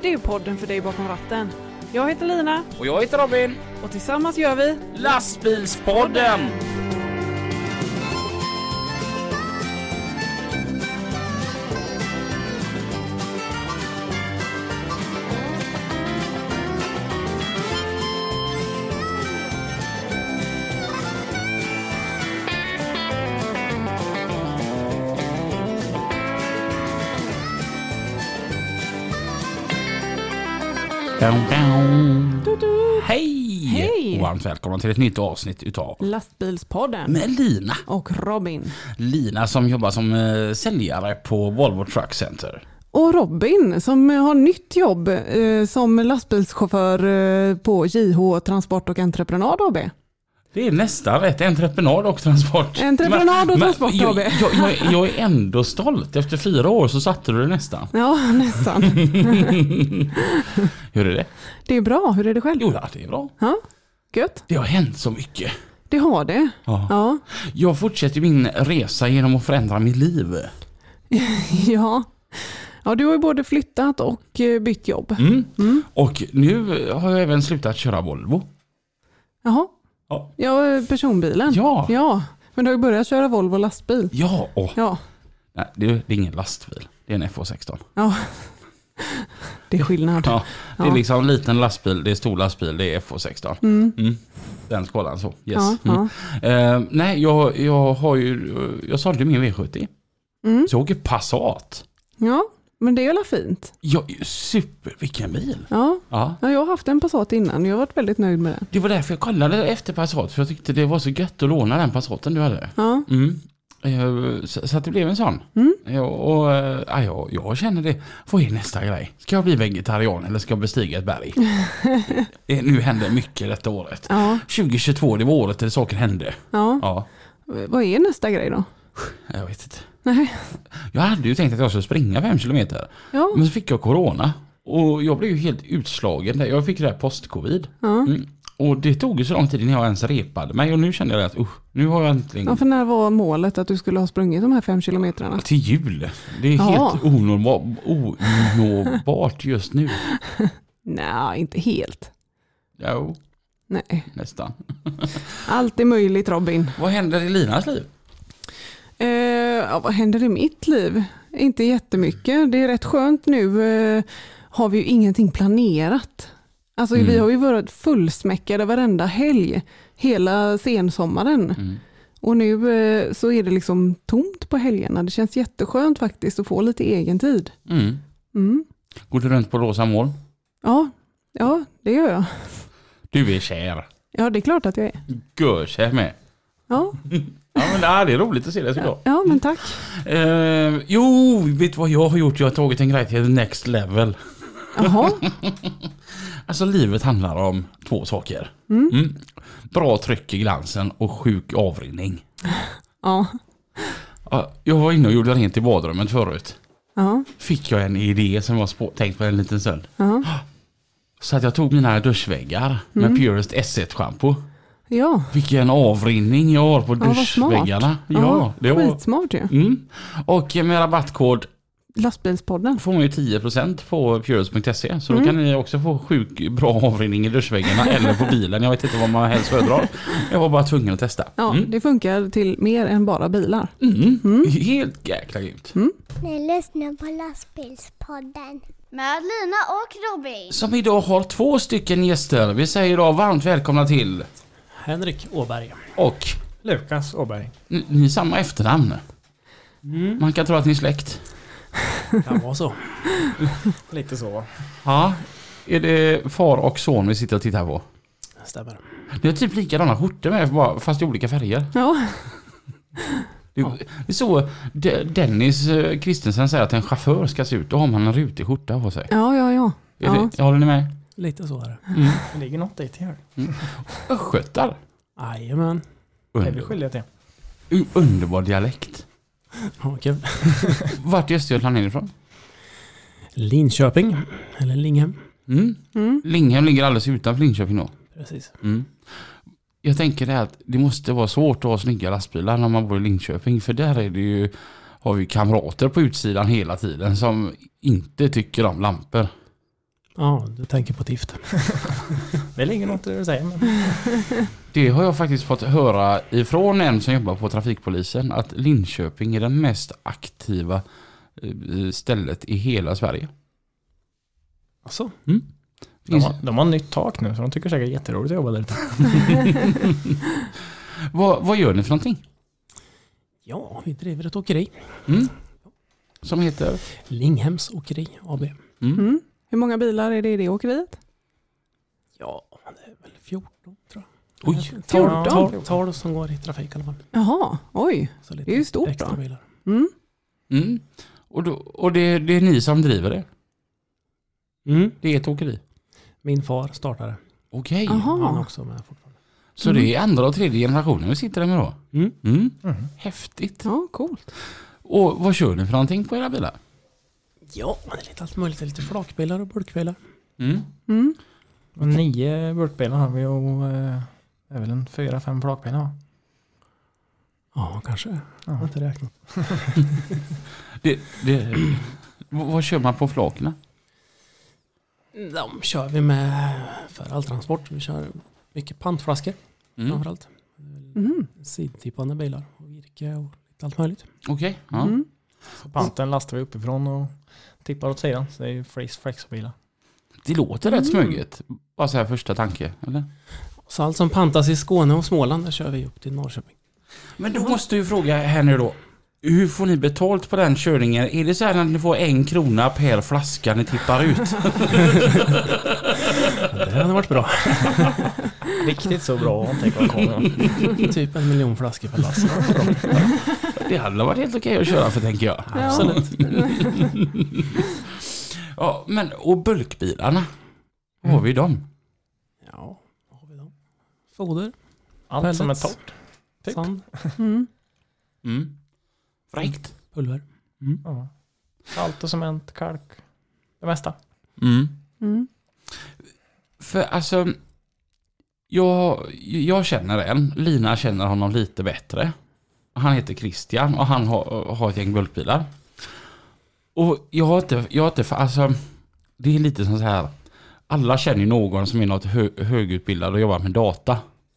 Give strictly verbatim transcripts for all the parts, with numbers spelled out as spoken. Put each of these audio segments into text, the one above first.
Det är podden för dig bakom ratten. Jag heter Lina. Och jag heter Robin. Och tillsammans gör vi Lastbilspodden! Du, du. Hej! Hej! Och varmt välkomna till ett nytt avsnitt utav Lastbilspodden. med Lina. Och Robin. Lina som jobbar som eh, säljare på Volvo Truck Center. Och Robin som har nytt jobb eh, som lastbilschaufför eh, på J H Transport och Entreprenad A B. Det är nästan rätt, entreprenad och transport. Entreprenad och Men- transport men A B. jag, jag, jag, jag är ändå stolt. Efter fyra år så satte du det nästan. Ja, nästan. Hur är det? Det är bra. Hur är det själv? Jo, ja, det är bra. Ja, gött. Det har hänt så mycket. Det har det. Ja. Ja. Jag fortsätter min resa genom att förändra mitt liv. Ja. Ja, du har ju både flyttat och eh, bytt jobb. Mm. Mm. Och nu har jag även slutat köra Volvo. Jaha. Ja. Ja, personbilen. Ja. Ja, men du har ju börjat köra Volvo lastbil. Ja, och, Ja, nej, det, är, det är ingen lastbil. Det är en F H sexton. ja. Det är skillnad. Ja, det är Ja. liksom en liten lastbil, det är stor lastbil, det är F H sexton. Mm. Mm. Den skalan så. Yes. Ja, Mm. ja. Eh, nej, jag, jag har ju, jag sålde min V sjuttio. Mm. Så jag åker Passat. Ja, men det är väl fint. Ja, super, vilken bil. Ja. Ja. Ja, jag har haft en Passat innan. Jag har varit väldigt nöjd med den. Det var därför jag kollade efter Passat, för jag tyckte det var så gött att låna den Passaten du hade. Ja. Mm. Eh, Så, så att det blev en sån. Mm. Ja, och eh, ja, jag, jag känner det. Vad är nästa grej? Ska jag bli vegetarian eller ska jag bestiga ett berg? Eh, nu händer mycket detta året. Ja. tjugohundratjugotvå, det var året där saker hände. Ja. Ja, Vad är nästa grej då? jag vet inte. Nej. Jag hade ju tänkt att jag skulle springa fem kilometer. Ja. Men så fick jag corona. Och jag blev ju helt utslagen. Jag fick det här post-covid. Ja. Mm. Och det tog ju så lång tid innan jag ens repade mig. Och nu kände jag att uh, nu har jag äntligen... Ja, för när var målet att du skulle ha sprungit de här fem kilometrarna? Till jul. Det är Ja. helt onormalt, onåbart just nu. Nej, inte helt. Jo, Nej. nästan. Allt är möjligt, Robin. Vad händer i Linas liv? Eh, ja, vad händer i mitt liv? Inte jättemycket. Det är rätt skönt nu. Eh, har vi ju ingenting planerat. Alltså Mm. vi har ju varit fullsmäckade varenda helg. Hela sensommaren. Mm. Och nu eh, så är det liksom tomt på helgerna. Det känns jätteskönt faktiskt att få lite egen tid. Mm. Mm. Går du runt på rosa mål? Ja, ja, det gör jag. Du är kär. Ja, det är klart att jag är. Görkär med. Ja, Ja, men ja, det är roligt att se det såklart. ja men tack. Eh, jo, vet du vad jag har gjort? Jag har tagit en grej till the next level. Jaha. Alltså livet handlar om två saker. Mm. Mm. Bra tryck i glansen och sjuk avrinning. Ja, Ja, jag var inne och gjorde rent i badrummet förut. ja, Fick jag en idé som jag spå- tänkt på en liten stund. ja. Så att jag tog mina duschväggar med Mm. Purest S ett shampoo. Ja, Vilken avrinning jag har på vad duschväggarna. ja, Ja, det var... skitsmart ju. Mm. Och med rabattkod Lastbilspodden. får man ju tio procent på purest punkt se. Så Mm. då kan ni också få sjuk bra avrinning i duschväggarna eller på bilen. Jag vet inte vad man helst föredrar. Jag var bara tvungen att testa. Ja, Mm. det funkar till mer än bara bilar. Mm. Mm. Helt jäkla grymt. Ni lyssnar på Lastbilspodden. Med Lina och Robin. Som idag har två stycken gäster. Vi säger idag varmt välkomna till. Henrik Åberg. Och Lukas Åberg. ni, ni är samma efternamn. Mm. Man kan tro att ni är släkt. Kan vara så. Lite så. Ja. Är det far och son vi sitter och tittar på? Stämmer. Det är typ likadana skjortor med, bara- fast i olika färger. Ja, Det, det är så De- Dennis eh, Kristensen säger att en chaufför ska se ut. Då har man en rutig skjorta på sig. ja, ja. ja. Är ja. det, håller ni med? Lite så är det. Mm. Det ligger något dit här. Östgötar. Jajamän. Det är vi Under, skyldiga till. un- underbar dialekt. Ja, kul. Vart i Östergötland är ni ifrån? Linköping. Eller Linghem. Mm. Mm. Linghem ligger alldeles utanför Linköping då. Precis. Mm. Jag tänker det att det måste vara svårt att ha snygga lastbilar när man bor i Linköping. För där är det ju, har vi kamrater på utsidan hela tiden som inte tycker om lampor. Ja, du tänker på Tift. Det ligger något i det du säger. Men... Det har jag faktiskt fått höra ifrån en som jobbar på trafikpolisen, att Linköping är den mest aktiva stället i hela Sverige. Alltså? Mm. De har, de har nytt tak nu, så de tycker säkert jätteroligt att jobba där ute. vad, vad gör ni för någonting? Ja, vi driver ett åkeri. Mm. Som heter? Linghems åkeri A B. Mm. Mm. Hur många bilar är det i det åkeriet? Ja, det är väl fjorton tror jag. Oj, fjorton tolv som går i trafik i alla fall. Jaha, oj. Så lite det är ju stort extra då. Bilar. Mm. Mm. Och, då, och det, det är ni som driver det? Mm. Det är ett åkeri? Min far startade. Okej. Okay. Han är också med fortfarande. Så mm. det är andra och tredje generationen vi sitter där med då? Mm. Mm. Mm. Häftigt. Ja, coolt. Och vad kör ni för någonting på era bilar? Ja, det är lite allt möjligt. Lite flakbilar och bulkbilar. Mm. Mm. Och nio bulkbilar har vi och eh, är väl en fyra, fem flakbilar, va? Ja, kanske. Ja. Jag har inte räknat. det, det, vad kör man på flakerna? De kör vi med för all transport. Vi kör mycket pantflaskor mm. framförallt. Mm. Sidtippande bilar och virke och lite allt möjligt. Okej. Okay. Ja. Mm. Så panten lastar vi uppifrån och tippar åt sidan. Så det är ju flex-bilar. Det låter rätt smöget. Bara så här första tanke, eller? Så allt som pantas i Skåne och Småland, där kör vi upp till Norrköping. Men då måste jag fråga här nu då. Hur får ni betalt på den körningen? Är det så här att ni får en krona per flaska ni tippar ut? Det hade varit bra. Riktigt så bra om tänker jag. Typ en miljon flaskor per lass. Det hade varit helt okej att köra för, tänker jag. Ja. Absolut. Ja, men och bulkbilarna? Vad har vi dem? Ja, vad har vi dem? Foder. Allt pellets, som är torrt. Typ. Sand. Mm. Mm. Fräckt. Pulver. Mm. Ja. Salt och cement, kalk. Det mesta. Mm. Mm. För alltså, jag, jag känner en. Lina känner honom lite bättre. Han heter Christian och han har, har ett gäng bulkbilar. Och jag har inte, jag har inte, alltså, det är lite som så här. Alla känner ju någon som är något hö, högutbildad och jobbar med data.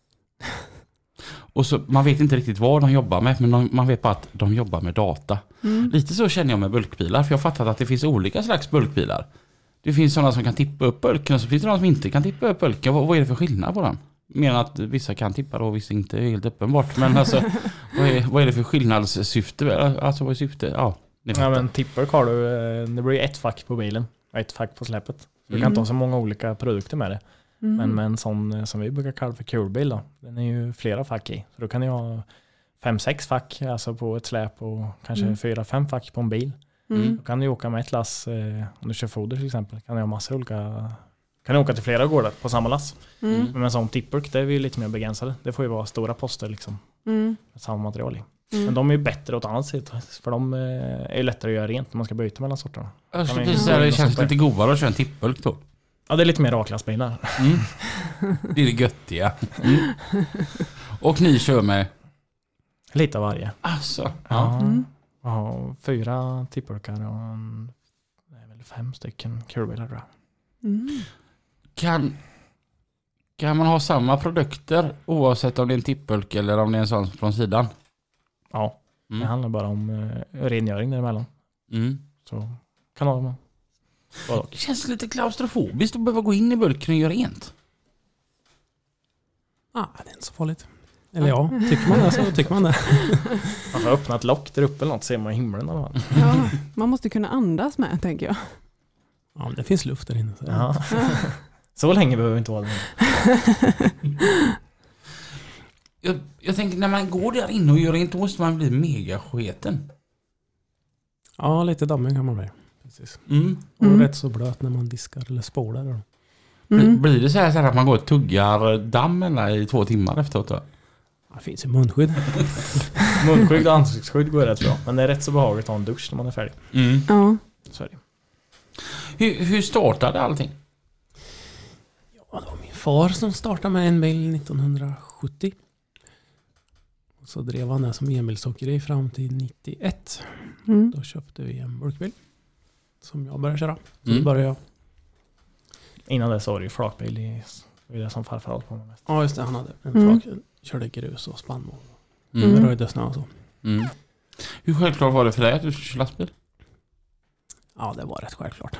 Och så, man vet inte riktigt vad de jobbar med, men de, man vet bara att de jobbar med data. Mm. Lite så känner jag med bulkbilar, för jag har fattat att det finns olika slags bulkbilar. Det finns sådana som kan tippa upp bulken och så finns det sådana som inte kan tippa upp bulken. Vad, vad är det för skillnad på dem? Mer än att vissa kan tippa och vissa inte, är helt uppenbart. Men alltså, vad är, vad är det för skillnadssyfte? Alltså vad är syfte? Ja, ja men tippar har du, det blir ett fack på bilen och ett fack på släpet. Så du mm. kan inte ha så många olika produkter med det. Mm. Men med en sån som vi brukar kalla för kulbil då, den är ju flera fack i. Så då kan du ha fem, sex fack alltså på ett släp och kanske mm. fyra, fem fack på en bil. Mm. Då kan du åka med ett lass, eh, om du kör foder till exempel, kan du ha massor olika, kan du åka till flera gårdar på samma lass. Mm. Men med en sån tippburk, det är vi lite mer begränsade. Det får ju vara stora poster liksom, mm. med samma material i. Mm. Men de är ju bättre åt annat sätt, för de är ju lättare att göra rent när man ska byta mellan sorterna. Alltså, precis, det känns lite godare att köra en tippburk då. Ja, det är lite mer A-klassbilar. Mm. Det är det göttiga. Mm. Och ni kör med? Lite av varje. Alltså. Ja. Mm. Ja, fyra tippburkar och en, det är väl fem stycken kurbilar tror jag. Mm. Kan, kan man ha samma produkter oavsett om det är en tippburk eller om det är en sån från sidan? Ja, mm. det handlar bara om uh, rengöring däremellan. Mm. Så kan man ha. Det känns lite klaustrofobiskt att behöva gå in i bulken och göra rent. Ah, det är inte så farligt. Eller ja, tycker man det så tycker man det. Man får öppna ett lock där uppe eller något, ser man i himlen eller vad. Ja, man måste kunna andas med, tänker jag. Ja, det finns luft där inne. Så, ja. Så länge behöver vi inte vara det. jag, jag tänker, när man går där inne och gör rent, då måste man bli mega sketen. Ja, lite dammig kan man bli. Precis. Mm. Och mm. rätt så blöt när man diskar eller spolar. Då. Mm. Blir det så här, så här att man går och tuggar dammen i två timmar efteråt då? Det finns ju munskydd. Munskydd och ansiktsskydd går rätt bra. Men det är rätt så behagligt att ha en dusch när man är färdig. Mm. Ja. Så är det. Hur, hur startade allting? Ja, det var min far som startade med en bil nittonhundrasjuttio. Och så drev han det som enbilsåkeri fram till nittioett. Mm. Då köpte vi en bulkbil som jag började köra. Så mm. började jag. innan dess var det ju flakbil. Det var det som farfar hållit på med mest. Ja, just det. Han hade en Mm. flak. Körde grus och spannmål. Mm. Röjde snö och så. Mm. Hur självklart var det för dig att du skulle köra lastbil? Ja, det var rätt självklart.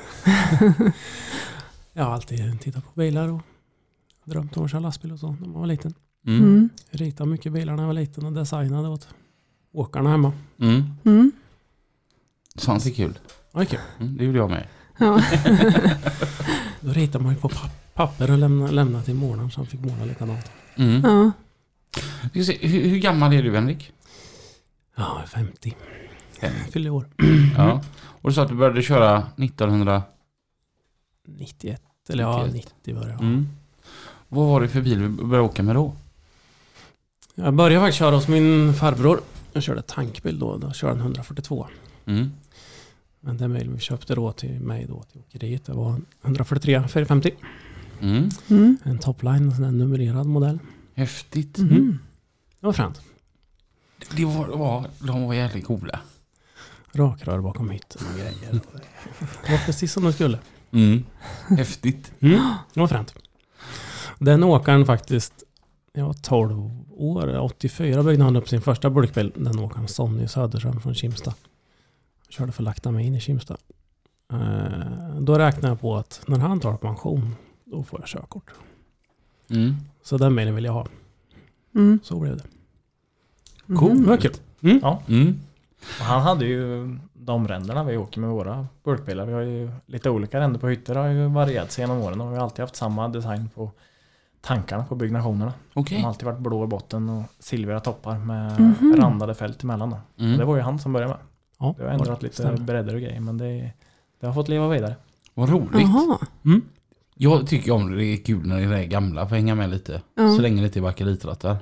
Jag har alltid tittat på bilar och drömt om att köra lastbil och så när man var liten. Mm. Mm. Jag ritade mycket bilar när jag var liten och designade åt åkarna hemma. Mm. Mm. Sånt är kul. Ja, det är kul. Mm, det gjorde jag med. Ja. Då ritade man ju på papp- papper och lämnade, lämnade till månaden så han fick måla likadant. Mm. Ja. Vi ska se, hur, hur gammal är du, Henrik? Ja, femtio. Fem. Fyllde år. Ja. Och du sa att du började köra nittonhundra... nittioett. Eller ja, nittioett. nittio började jag. Mm. Vad var det för bil du började åka med då? Jag började faktiskt köra hos min farbror. Jag körde tankbil då. Då körde han hundrafyrtiotvå. Mm. Men den bilen vi köpte då till mig då till åkeriet. Det var en hundrafyrtiotre fyrahundrafemtio. Mm. Mm. En topline, en sån här numrerad modell. Häftigt. Mm. Det var fränt. Det var, var, de var jävligt coola. Rakrör bakom hytten och grejer. Det var precis som de skulle. Mm. Häftigt. Mm. Det var fränt. Den åkaren faktiskt, jag var tolv år, åttiofyra byggde han upp sin första bulkbil. Den åkaren Sonny Söderström från Kimstad. Körde för Laktamin i Kimstad. Eh, då räknade jag på att när han tar pension, då får jag körkort. Mm. Så den bilen vill jag ha. Mm. Så blev det. Cool. Det var kul. Mm. Ja. Mm. Och han hade ju de ränderna vi åker med våra bulkbilar. Vi har ju lite olika ränder på hytter. Det har ju varierat sig genom åren och vi har alltid haft samma design på tankarna på byggnationerna. Okej. De har alltid varit blå i botten och silvriga toppar med Mhm. randade fält emellan. Då. Och Mm. det var ju han som började med. Ja, Det har ändrat lite stämmer. bredder och grejer men det, det har fått leva vidare. Vad roligt. Jaha. Mm. Jag tycker om det, det är kul när det är gamla får hänga med lite. Ja. Så länge det inte är bakeritrattar.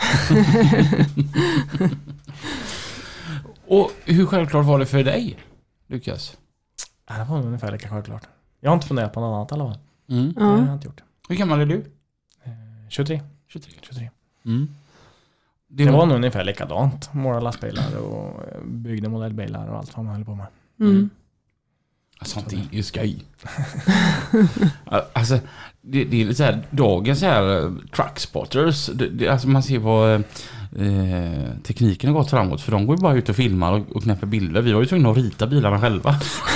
Och hur självklart var det för dig, Lukas? Det var nog ungefär lika självklart. Jag har inte funderat på något annat i alla fall. Mm. Det har Ja. jag inte gjort. Hur gammal är du? Eh, tjugotre. tjugotre. tjugotre. Mm. Det var nog ungefär likadant. Måla lastbilar och byggde modellbilar och allt vad man höll på med. Mm. Sånt är ju skoj. Alltså, det, det är lite så här, dagens så här uh, truckspotters, det, det, alltså man ser vad eh, tekniken har gått framåt, för de går ju bara ut och filmar och, och knäpper bilder. Vi var ju tvungna att rita bilarna själva.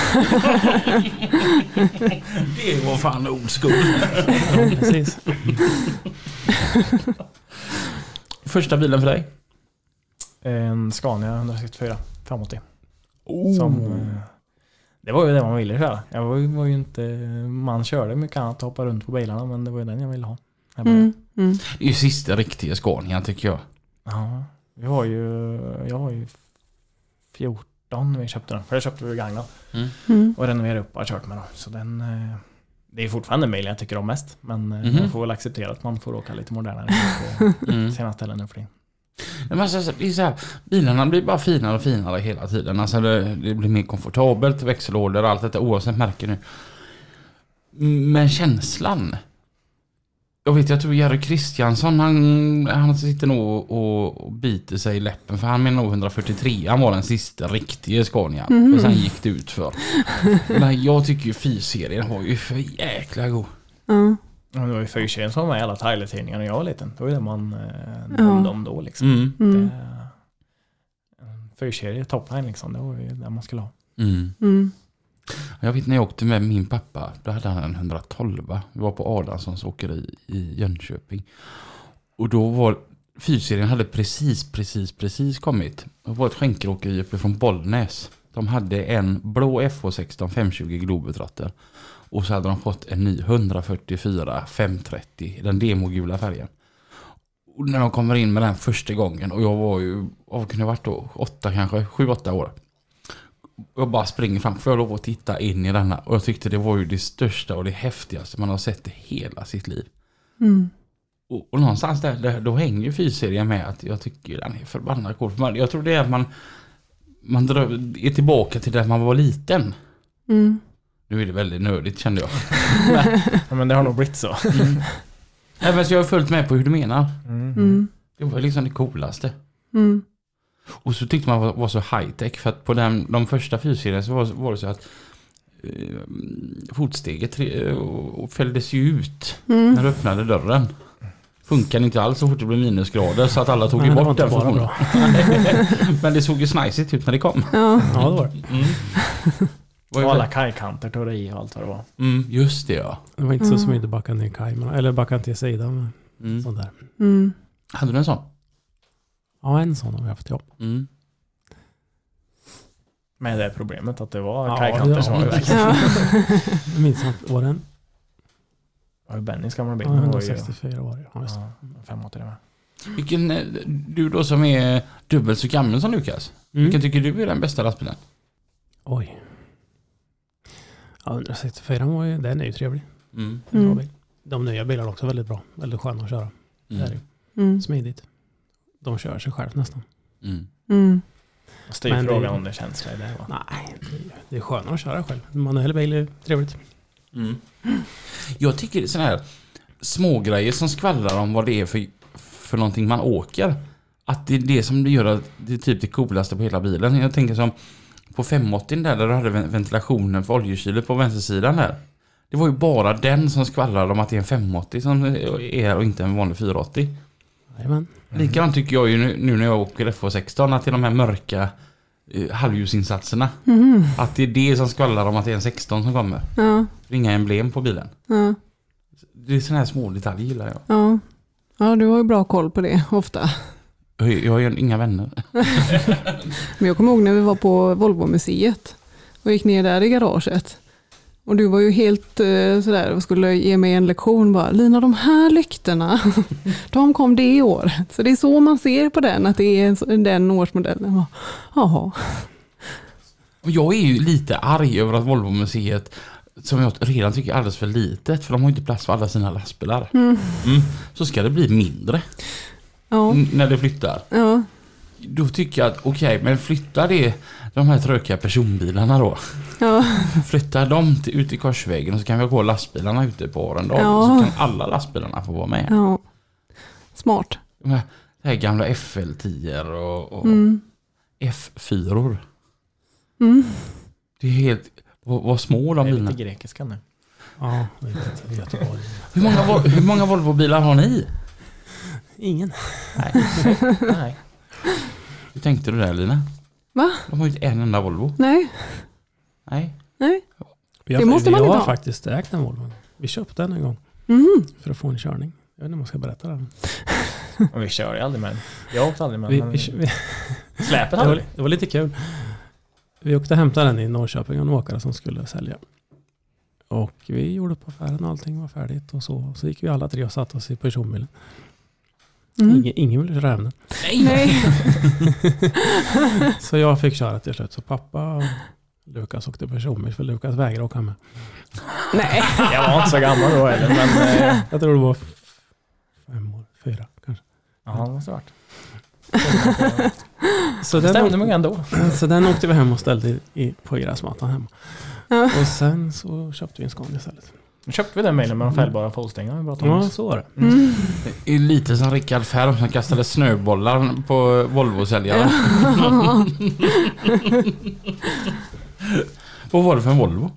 Det var fan old school. Ja, precis. Första bilen för dig? En Scania hundrasextiofyra femhundraåttio. Oh. Som, eh, det var ju det man ville köra. Jag var ju, var ju inte, man körde mycket annat och hoppade runt på bilarna, men det var ju den jag ville ha. Jag Mm. Mm. Det är ju sista riktiga Scania tycker jag. Ja, vi var ju, jag var ju fjorton när vi köpte den. För det köpte vi begagnad Mm. och renoverade upp och har kört med då. Så den, eh, det är fortfarande en bil jag tycker om mest. Men eh, Mhm. man får väl acceptera att man får åka lite modernare på Mm. sina ställen nu för det. Men alltså, det är så här, bilarna blir bara finare och finare hela tiden. Alltså det, det blir mer komfortabelt, växellådor och allt detta oavsett märke nu. Men känslan. Jag vet, jag tror Jerry Kristiansson, han, han sitter nog och, och biter sig i läppen, för han menar nog hundrafyrtiotre. Han var den sista riktiga Scania. Mhm. Och sen gick det ut för. Men jag tycker ju fyra-serien var ju för jäkla god. Ja. Och det var ju fyrtjugo som var i alla trailertidningar när jag var liten. Det var ju det man eh, drömde om då liksom. Mm. Mm. Det, en fyrserie topline liksom, det var ju det man skulle ha. Mm. Mm. Jag vet när jag åkte med min pappa, då hade han en hundratolv. Vi var på Adamssons åkeri i Jönköping. Och då var fyrserien hade precis, precis, precis kommit. Det var ett skänkeråkeri uppe från Bollnäs. De hade en blå F H sexton femhundratjugo Globetrotter. Och så hade de fått en ny hundrafyrtiofyra femhundratrettio, den demogula färgen. Och när de kommer in med den första gången, och jag var ju, vad kunde jag varit då? Åtta kanske, sju, åtta år. Jag bara springer fram, för jag lov att titta in i denna. Och jag tyckte det var ju det största och det häftigaste man har sett i hela sitt liv. Mm. Och, och någonstans där, där, då hänger ju fyrserien med att jag tycker den är förbannad cool. För man, jag tror det är att man, man drar, är tillbaka till där man var liten. Mm. Nu är det väldigt nördigt, kände jag. Ja, men det har nog blivit så. Mm. Även så jag har följt med på hur du menar. Mm. Mm. Det var liksom det coolaste. Mm. Och så tyckte man var, var så high tech, för att på den, de första fyrserierna så var, var det så att eh, fotsteget tre, och, och fälldes ju ut Mm. när du öppnade dörren. Funkar inte alls så fort det blev minusgrader så att alla tog Nej, ju det var bort inte den bara funktionen. bra. Men det såg ju snajsigt ut när det kom. Ja. Ja, det var det. Mm. Var ju Och alla väl- kajkanter tog det i och allt vad det var. mm, just det ja. Det var inte Mm. så smidigt att backa ner kajmen. Eller backa till sidan. Men Mm. sånt där. Mm. Hade du en sån? Ja, en sån har vi haft, ja. Mm. Med det problemet att det var Ja, kajkanter ja. som var iväg. Ja. Jag minns inte. Var den? Det var Bennys gamla bil. Ja, Den var ju- hundrasextiofyra var det. Ja, just det. Ja, fem åttio det med. Vilken, eh, du då som är dubbelt så gammal som Lukas. Mm. Vilken tycker du är den bästa lastbilen? Oj. Ja, hundrasextiofyra var ju, den är ju trevlig. Mm. En bra Mm. bil. De nya bilarna är också väldigt bra. Väldigt sköna att köra. Det är Mm. det. Mm. Smidigt. De kör sig själv nästan. Mm. Mm. Så det är Men frågan det- om det är känsla i det. Va? Nej, det är, det är skönare att köra själv. En manuell bil är trevligt. Mm. Jag tycker sådana här små grejer som skvallrar om vad det är för, för någonting man åker. Att det är det som gör att det är typ det coolaste på hela bilen. Jag tänker som på fem åttio där, där du hade ventilationen för oljekylet på vänstersidan där. Det var ju bara den som skvallrade om att det är en fem åttio som är och inte en vanlig fyra åttio. Jajamän. Likadant tycker jag ju nu, nu när jag åker F H sexton att det är de här mörka uh, halvljusinsatserna. Mm. Att det är det som skvallrar om att det är en sexton som kommer. Ja. Det är inga emblem på bilen. Ja. Det är sådana här små detaljer gillar jag. Ja. Ja, du har ju bra koll på det ofta. Jag, jag har ju inga vänner. Men jag kommer ihåg när vi var på Volvo-museet och gick ner där i garaget. Och du var ju helt eh, sådär och skulle ge mig en lektion bara, Lina, de här lyktorna, de kom det i år. Så det är så man ser på den, att det är en så- den årsmodellen. Och, Jaha. Och jag är ju lite arg över att Volvo-museet, som jag redan tycker är alldeles för litet, för de har ju inte plats för alla sina lastbilar. Mm. Mm. Så ska det bli mindre Ja. n- när det flyttar. Ja. Då tycker jag att okej, men flyttar det de här trökiga personbilarna då. Ja. Flyttar dem till, ut i korsvägen och så kan vi ha kvar lastbilarna ute på Arendal. Ja. Så kan alla lastbilarna få vara med. Ja. Smart. De här, de här gamla F L tio och, och Mm. F fyra. Mm. Det är helt... Vad, vad små de Det är bilarna. lite grekiska nu. Ja, det är lite Göteborg. Hur många, Vol- hur många Volvo-bilar har ni? Ingen. Nej. Hur tänkte du där, Lina? Va? De har ju inte en enda Volvo. Nej. Nej. Nej. Vi har, Det måste vi man har inte ha. faktiskt ägt en Volvo. Vi köpte den en gång Mm. för att få en körning. Jag vet inte om jag ska berätta den. Och vi kör ju aldrig med den. Jag åkte aldrig med Vi, den. vi, men vi, Släpet det, hade var, vi. det var lite kul. Vi åkte och hämtade den i Norrköping och en åkare som skulle sälja. Och vi gjorde upp affären och allting var färdigt och så. Så gick vi alla tre och satt oss i personbilen. Mm. Ingen, ingen ville köra hem den. Nej. Så jag fick köra till slut. Så pappa och Lukas åkte personbil för Lukas vägrade åka med. Nej. Jag var inte så gammal då heller. Men eh, Jag tror det var f- fem år, fyra kanske. ja, det måste ha varit. Så Det den, stämde åk- nog ändå. så den åkte vi hem och ställde i, i, på gräsmattan hemma. Ja. Och sen så köpte vi en Scania istället. Nu köpte vi den bilen med de fällbara fotstängerna vi pratade Ja, om. så var det. Mm. Det är lite som Rickard Färm som kastade snöbollar på Volvo-säljaren. Vad var det för en Volvo?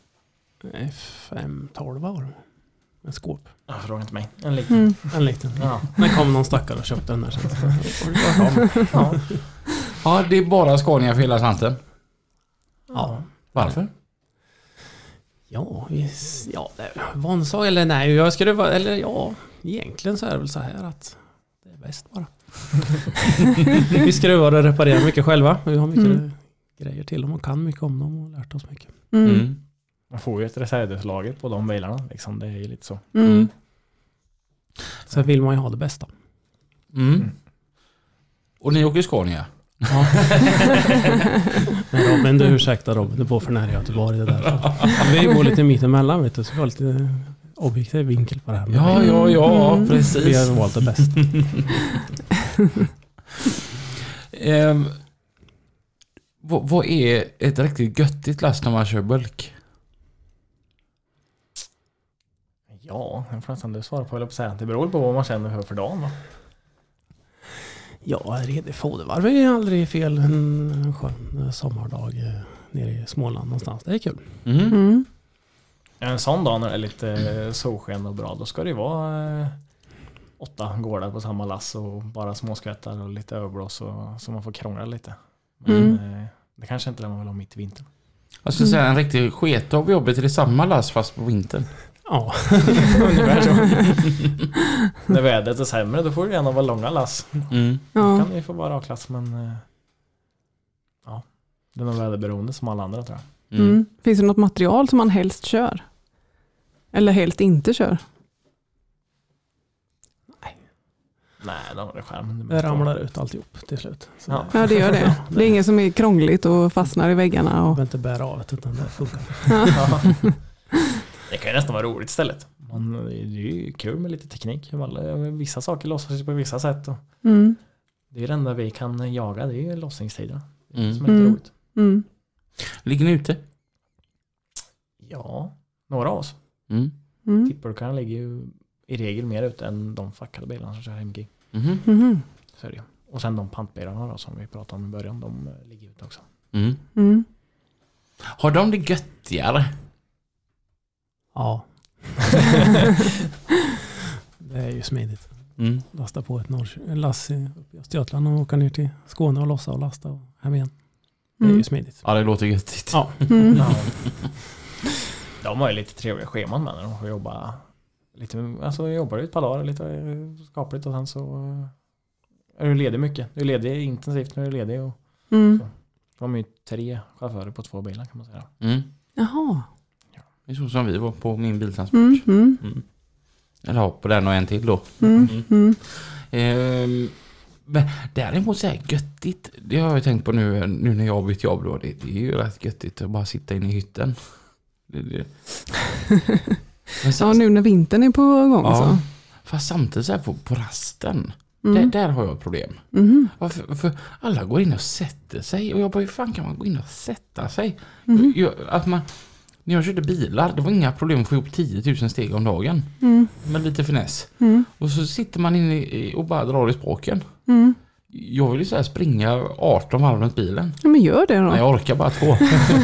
fem tolv var det. En skåp. Ja, fråga inte mig. En liten. Mm. En liten. Ja. När kom någon stackare och köpte den där sen. Så- Ja. Ja, det är bara Scania för hela slanten. Ja. Varför? Ja, vi, ja, det är vansak eller nej, jag skulle vara, eller ja, egentligen så är det väl så här att det är bäst bara. Vi skruvar och reparerar mycket själva. Vi har mycket Mm. grejer till dem och kan mycket om dem och lärt oss mycket. Mm. Mm. Man får ju ett reservdelslager på de bilarna. Liksom. Det är ju lite så. Mm. Så vill man ju ha det bästa. Mm. Och ni åker Scania? Ja. Men Robin, du ursäkta Robin, du bor för nära Göteborg det där. Vi bor lite mitt emellan vet du, så vi har lite objektiv vinkel på det här. Ja, ja, ja, Mm. precis. Vi har valt det bästa. Ehm, vad, vad är ett riktigt göttigt last när man kör bulk? Ja, jag får nästan du svara på. Jag på säga. Det beror på vad man känner för för dagen. Va? Ja, redig fodervarv är aldrig fel en skön sommardag. nere i Småland någonstans. Det är kul. Mm. Mm. En sån dag när det är lite solsken och bra, då ska det ju vara eh, åtta gårdar på samma lass och bara småskvättar och lite överblås och, så man får krångla lite. Men Mm. eh, det kanske inte är det man vill ha mitt i vintern. Jag skulle säga en riktig sketdag på jobbet är det samma lass fast på vintern. Ja. Ungefär så. När vädret är sämre, då får det gärna vara långa lass. Mm. Då Ja. kan vi få bara ha klass, men eh, ja, det är nog väderberoende som alla andra tror jag. Mm. Mm. Finns det något material som man helst kör? Eller helst inte kör? Nej, då var det skärmen. Det ramlar ut alltihop till slut. Så Ja. det, Ja, det gör det. Det är inget som är krångligt och fastnar i väggarna. man Och... behöver inte bära av det, utan det funkar. Ja. Det kan ju nästan vara roligt istället. Man, det är ju kul med lite teknik. Vissa saker lossar sig på vissa sätt. Och Mm. det är det enda vi kan jaga, det är ju lossningstiderna. Det är Mm. som är lite Mm. roligt. Mm. Ligger ni ute? Ja, några av oss. Mm. Mm. Tippburkarna ligger ju i regel mer ute än de fackade bilarna som kör M G. Mhm. Mhm. Så är det ju. Och sen de pantbilarna då, som vi pratade om i början, de eh, ligger ute också. Mm. Mm. Har de det göttigare? Ja. Det är ju smidigt. Mm. Lasta på ett norr- lass i upp i Östergötland och åka ner till Skåne och lossa och lasta och hem igen. Det är Mm. ju smidigt. Ja, det låter göttigt. Ja. Mm. Ja. De har ju lite trevliga scheman med när de får jobba lite, alltså jobbar ett par dagar lite eh, skapligt och sen så eh, är du ledig mycket. Du är ledig intensivt när du är ledig och Mm. de är ju tre chaufförer på två bilar kan man säga. Mm. Jaha. Det är så som vi var på min biltransport. Mm. Mm. Mm. Eller ja, på den och en till då. Mm. Mm. Mm. Ehm, men däremot så här göttigt, det har jag tänkt på nu, nu när jag har bytt jobb då, det, det är ju rätt göttigt att bara sitta inne i hytten. Det, det. Men så, Ja, nu när vintern är på gång ja, så. fast samtidigt så här på, på rasten, Mm. där, där har jag ett problem. Mhm. Varför, för alla går in och sätter sig och jag bara, hur fan kan man gå in och sätta sig? Mhm. Jag, att man, när jag körde bilar, det var inga problem att få ihop tio tusen steg om dagen. Mm. Med lite finess. Mm. Och så sitter man inne i, och bara drar i språken. Mm. Jag vill ju så här springa arton varv runt bilen. Ja, men gör det då. Nej, jag orkar bara två.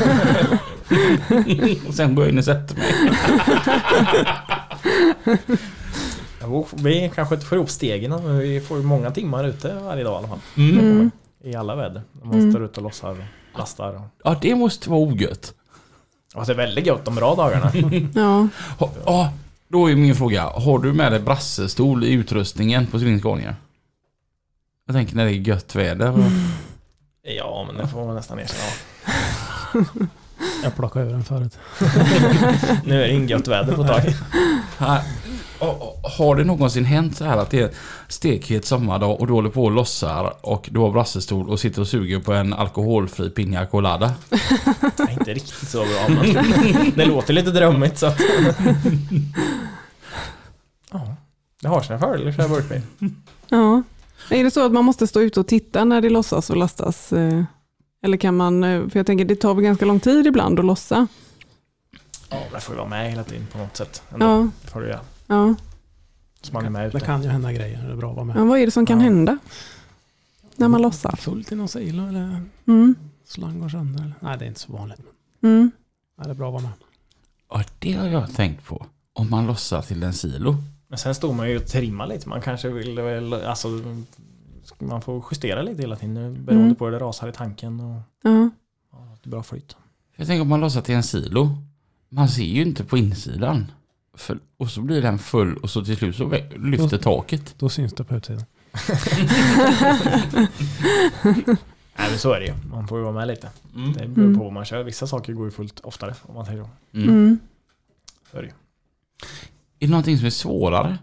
Och sen börjar jag in och sätta mig. Ja, vi kanske inte får ihop stegen, men vi får många timmar ute varje dag i alla fall. Mm. Mm. I alla väder. När man Mm. står ute och lossar och lastar. Och... Ja, det måste vara ogött. Och det är väldigt gott de bra dagarna. Ja. Ha, ja, då är min fråga. Har du med dig brassestol i utrustningen på Svinskåningar? Jag tänker när det är gött väder. Och... Ja, men det får man nästan erkänna. Jag plockade över den förut. Nu är det inget gött väder på ett tag. Här. Och- och- Har det någonsin hänt så här att det är stekhet sommardag och du håller på och lossar och du har brassestol och sitter och suger på en alkoholfri piña colada? Det är inte riktigt så bra, men det låter lite drömmigt så att... Ja, det har sina fördelar för burkbil. Ja. Är det så att man måste stå ute och titta när det lossas och lastas? eh, Eller kan man, eh, för jag tänker det tar väl ganska lång tid ibland att lossa. Ja, det får ju vara med hela tiden på något sätt. Ändå. Ja. Det får du göra. Ja. Så man är med Det ute. kan ju hända grejer. Det är bra att vara med. Ja, vad är det som kan Ja. hända när man lossar? Fullt i någon silo eller Mm. slang går sönder. Eller? Nej, det är inte så vanligt. Mm. Nej, det är bra att vara med. Ja, det har jag tänkt på. Om man lossar till en silo. Men sen står man ju och trimmar lite. Man kanske vill väl, alltså, man får justera lite hela tiden beroende Mm. på hur det rasar i tanken och Ja. ja, det är bra flyt. Jag tänker om man lossar till en silo. Man ser ju inte på insidan. För, och så blir den full och så till slut så vä- lyfter taket. Då syns det på utsidan. Nej, men så är det ju. Man får ju vara med lite. Mm. Det beror Mm. på vad man kör. Vissa saker går ju fullt oftare om man säger så. Mm. Mm. Så är det ju. Är det någonting som är svårare?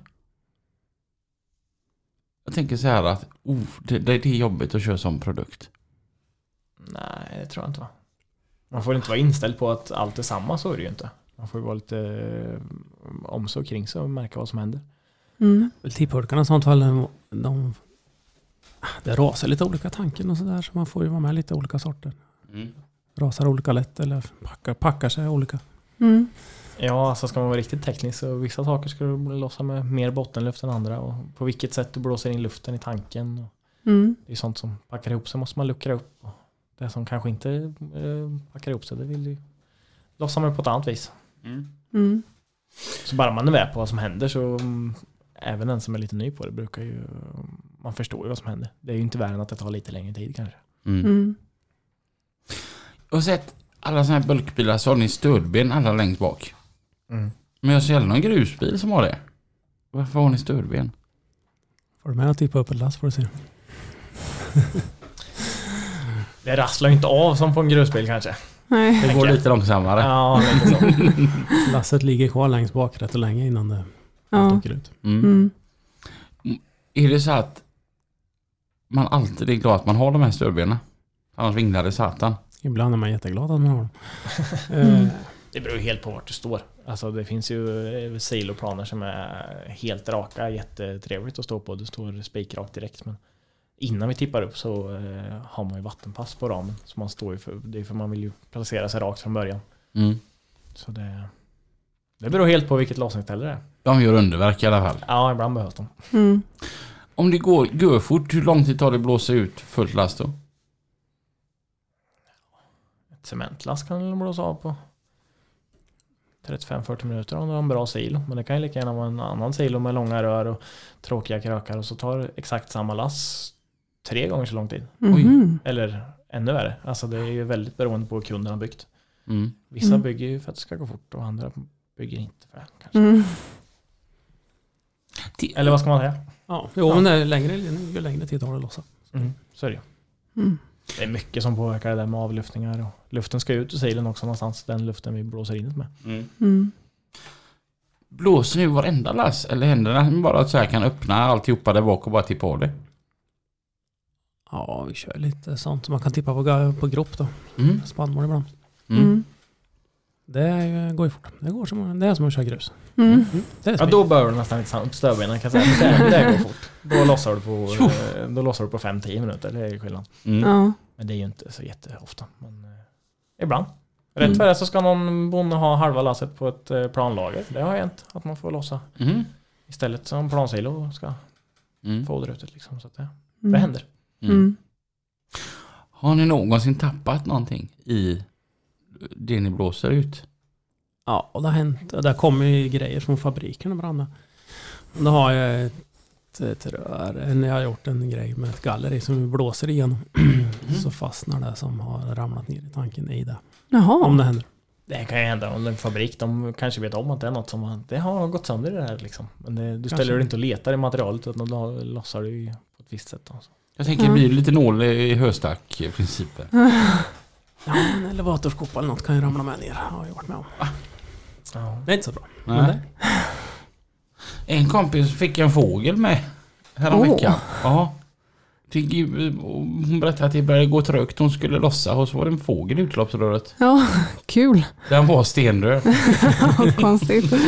Jag tänker så här att oh, det, det är jobbigt att köra som produkt. Nej, det tror jag inte va. Man får inte vara inställd på att allt är samma, så är det ju inte. Man får ju vara lite eh, om så kring sig och märka vad som händer. Mm. Tippburkarna i sånt fall, de, de, det rasar lite olika tanken och sådär. Så man får ju vara med lite olika sorter. Mm. Rasar olika lätt eller packar, packar sig olika. Mm. Ja, alltså ska man vara riktigt teknisk så vissa saker ska du lossa med mer bottenluft än andra. Och på vilket sätt du blåser in luften i tanken. Och Mm. det är sånt som packar ihop sig måste man luckra upp. Och Det som kanske inte eh, packar ihop sig, det vill ju lossa med på ett annat vis. Mm. Mm. Så bara man är med på vad som händer så um, även den som är lite ny på det brukar ju, man förstår ju vad som händer. Det är ju inte värre än att det tar lite längre tid kanske. Mm. Mm. Och sett alla såna här bulkbilar så har ni stödben alla längst bak. Mm. Men jag ser aldrig någon grusbil som har det. Varför har ni stödben? Får du med att tippa upp ett lass får du se. Det rasslar ju inte av som på en grusbil kanske. Nej. Det går lite långsammare. Ja, lite så. Lasset ligger kvar längst bak rätt och länge innan det Ja. åker ut. Mm. Mm. Är det så att man alltid är glad att man har de här stödbenen? Annars vinglar det satan. Ibland är man jätteglad att man har dem. Mm. Eh, Det beror ju helt på vart du står. Alltså det finns ju siloplaner som är helt raka, jättetrevligt att stå på. Du står spikrakt direkt, men innan vi tippar upp så eh, har man ju vattenpass på ramen. Så man står ju för, det är för man vill ju placera sig rakt från början. Mm. Så det, det beror helt på vilket lossningsställe det är. De gör underverk i alla fall. Ja, ibland behövs de. Mm. Om det går, går fort, hur lång tid tar det att blåsa ut fullt last då? Ett cementlast kan du blåsa av på trettiofem till fyrtio minuter om du har en bra silo. Men det kan ju lika gärna vara en annan silo med långa rör och tråkiga krökar och så tar exakt samma last tre gånger så lång tid. Mhm. Eller ännu värre. Alltså det är ju väldigt beroende på hur kunden har byggt. Mm. Vissa Mm. bygger ju för att det ska gå fort och andra bygger inte för det kanske. Mm. Eller vad ska man säga? ja, jo, Ja. men det är längre, ju längre tid tar det att lossa. Mm. Så är det ju. Mm. Det är mycket som påverkar det där med avlyftningar. Och luften ska ut ur silen också någonstans. Den luften vi blåser in med. Mm. Mm. Blåser ni varenda lass? Eller händer det bara att så här kan öppna alltihopa där bak och bara tippa av det? Ja, vi kör lite sånt. Man kan tippa på, ga- på grop då. Mm. Spannmål ibland. Mm. Mm. Det är, går ju fort. Det, går som, det är som att köra grus. Mm. Mm. Det är Ja, smidigt. då behöver du nästan inte stödbenen kan jag säga. Det, det går fort. Då lossar du på, eh, då lossar du på fem till tio minuter. Det är ju skillnad. Mm. Ja. Men det är ju inte så jätteofta. Men eh, ibland. Rätt Mm. för det så ska någon bonde ha halva lasset på ett eh, planlager. Det har hänt att man får lossa. Mm. Istället som plansilo ska Mm. få det ut liksom. Så att det, det Mm. händer. Mm. Mm. Har ni någonsin tappat någonting i det ni blåser ut? Ja, och det har hänt. Det kommer ju grejer från fabriken ibland. Då har jag ett, ett rör. En, jag har gjort en grej med ett galleri som vi blåser igenom. Så fastnar det som har ramlat ner i tanken i det. Jaha. Om det händer. Det kan ju hända om en fabrik. De kanske vet om att det är något som har, det har gått sönder i det här liksom. Men det, du Kanske. ställer dig inte och letar i materialet utan då lossar du ju på ett visst sätt. Alltså. Jag tänker det blir lite nål i höstack-principen. Ja, en elevatorskopa eller något kan ju ramla med ner. Har jag varit med om. Ja. Det är inte så bra. Men Nej. det, En kompis fick en fågel med häromveckan. Åh. Ja. Tycker- Hon berättade att det började gå trögt. Hon skulle lossa och så var det en fågel i utloppsröret. Ja, kul. Den var stendöd. Ja, konstigt. ja,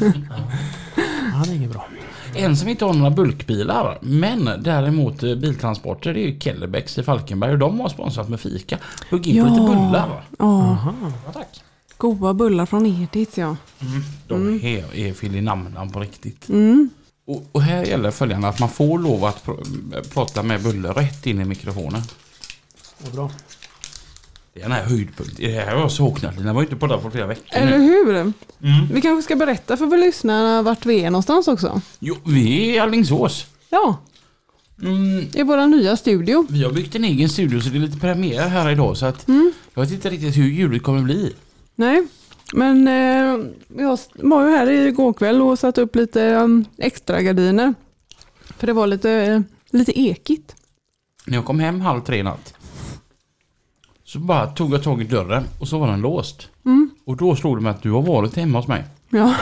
det är inget bra. En som inte har några bulkbilar, men däremot eh, biltransporter, det är ju Kellerbäcks i Falkenberg och de har sponsrat med fika. Hugg in på Ja. lite bullar. Ja, Aha. Ja, tack. goda bullar från Edith, ja. De Mm. här är filinamnan på riktigt. Mm. Och, och här gäller följande att man får lov att pr- prata med bullar rätt in i mikrofonen. Det är bra. Det är den här höjdpunkten. Det här har jag saknat. Den var ju inte på där på flera veckor Eller nu. hur? Mm. Vi kanske ska berätta för våra lyssnare vart vi är någonstans också. Jo, vi är i Alingsås. Ja, Mm, i vår nya studio. vi har byggt en egen studio så det är lite premiär här idag. Så att Mm. jag vet inte riktigt hur ljudet kommer bli. Nej, men eh, jag var ju här igår kväll och satt upp lite um, extra gardiner. För det var lite, eh, lite ekigt. När jag kom hem halv tre i natt så bara tog jag tag i dörren och så var den låst. Mm. Och då slog det mig att du har varit hemma hos mig. Ja.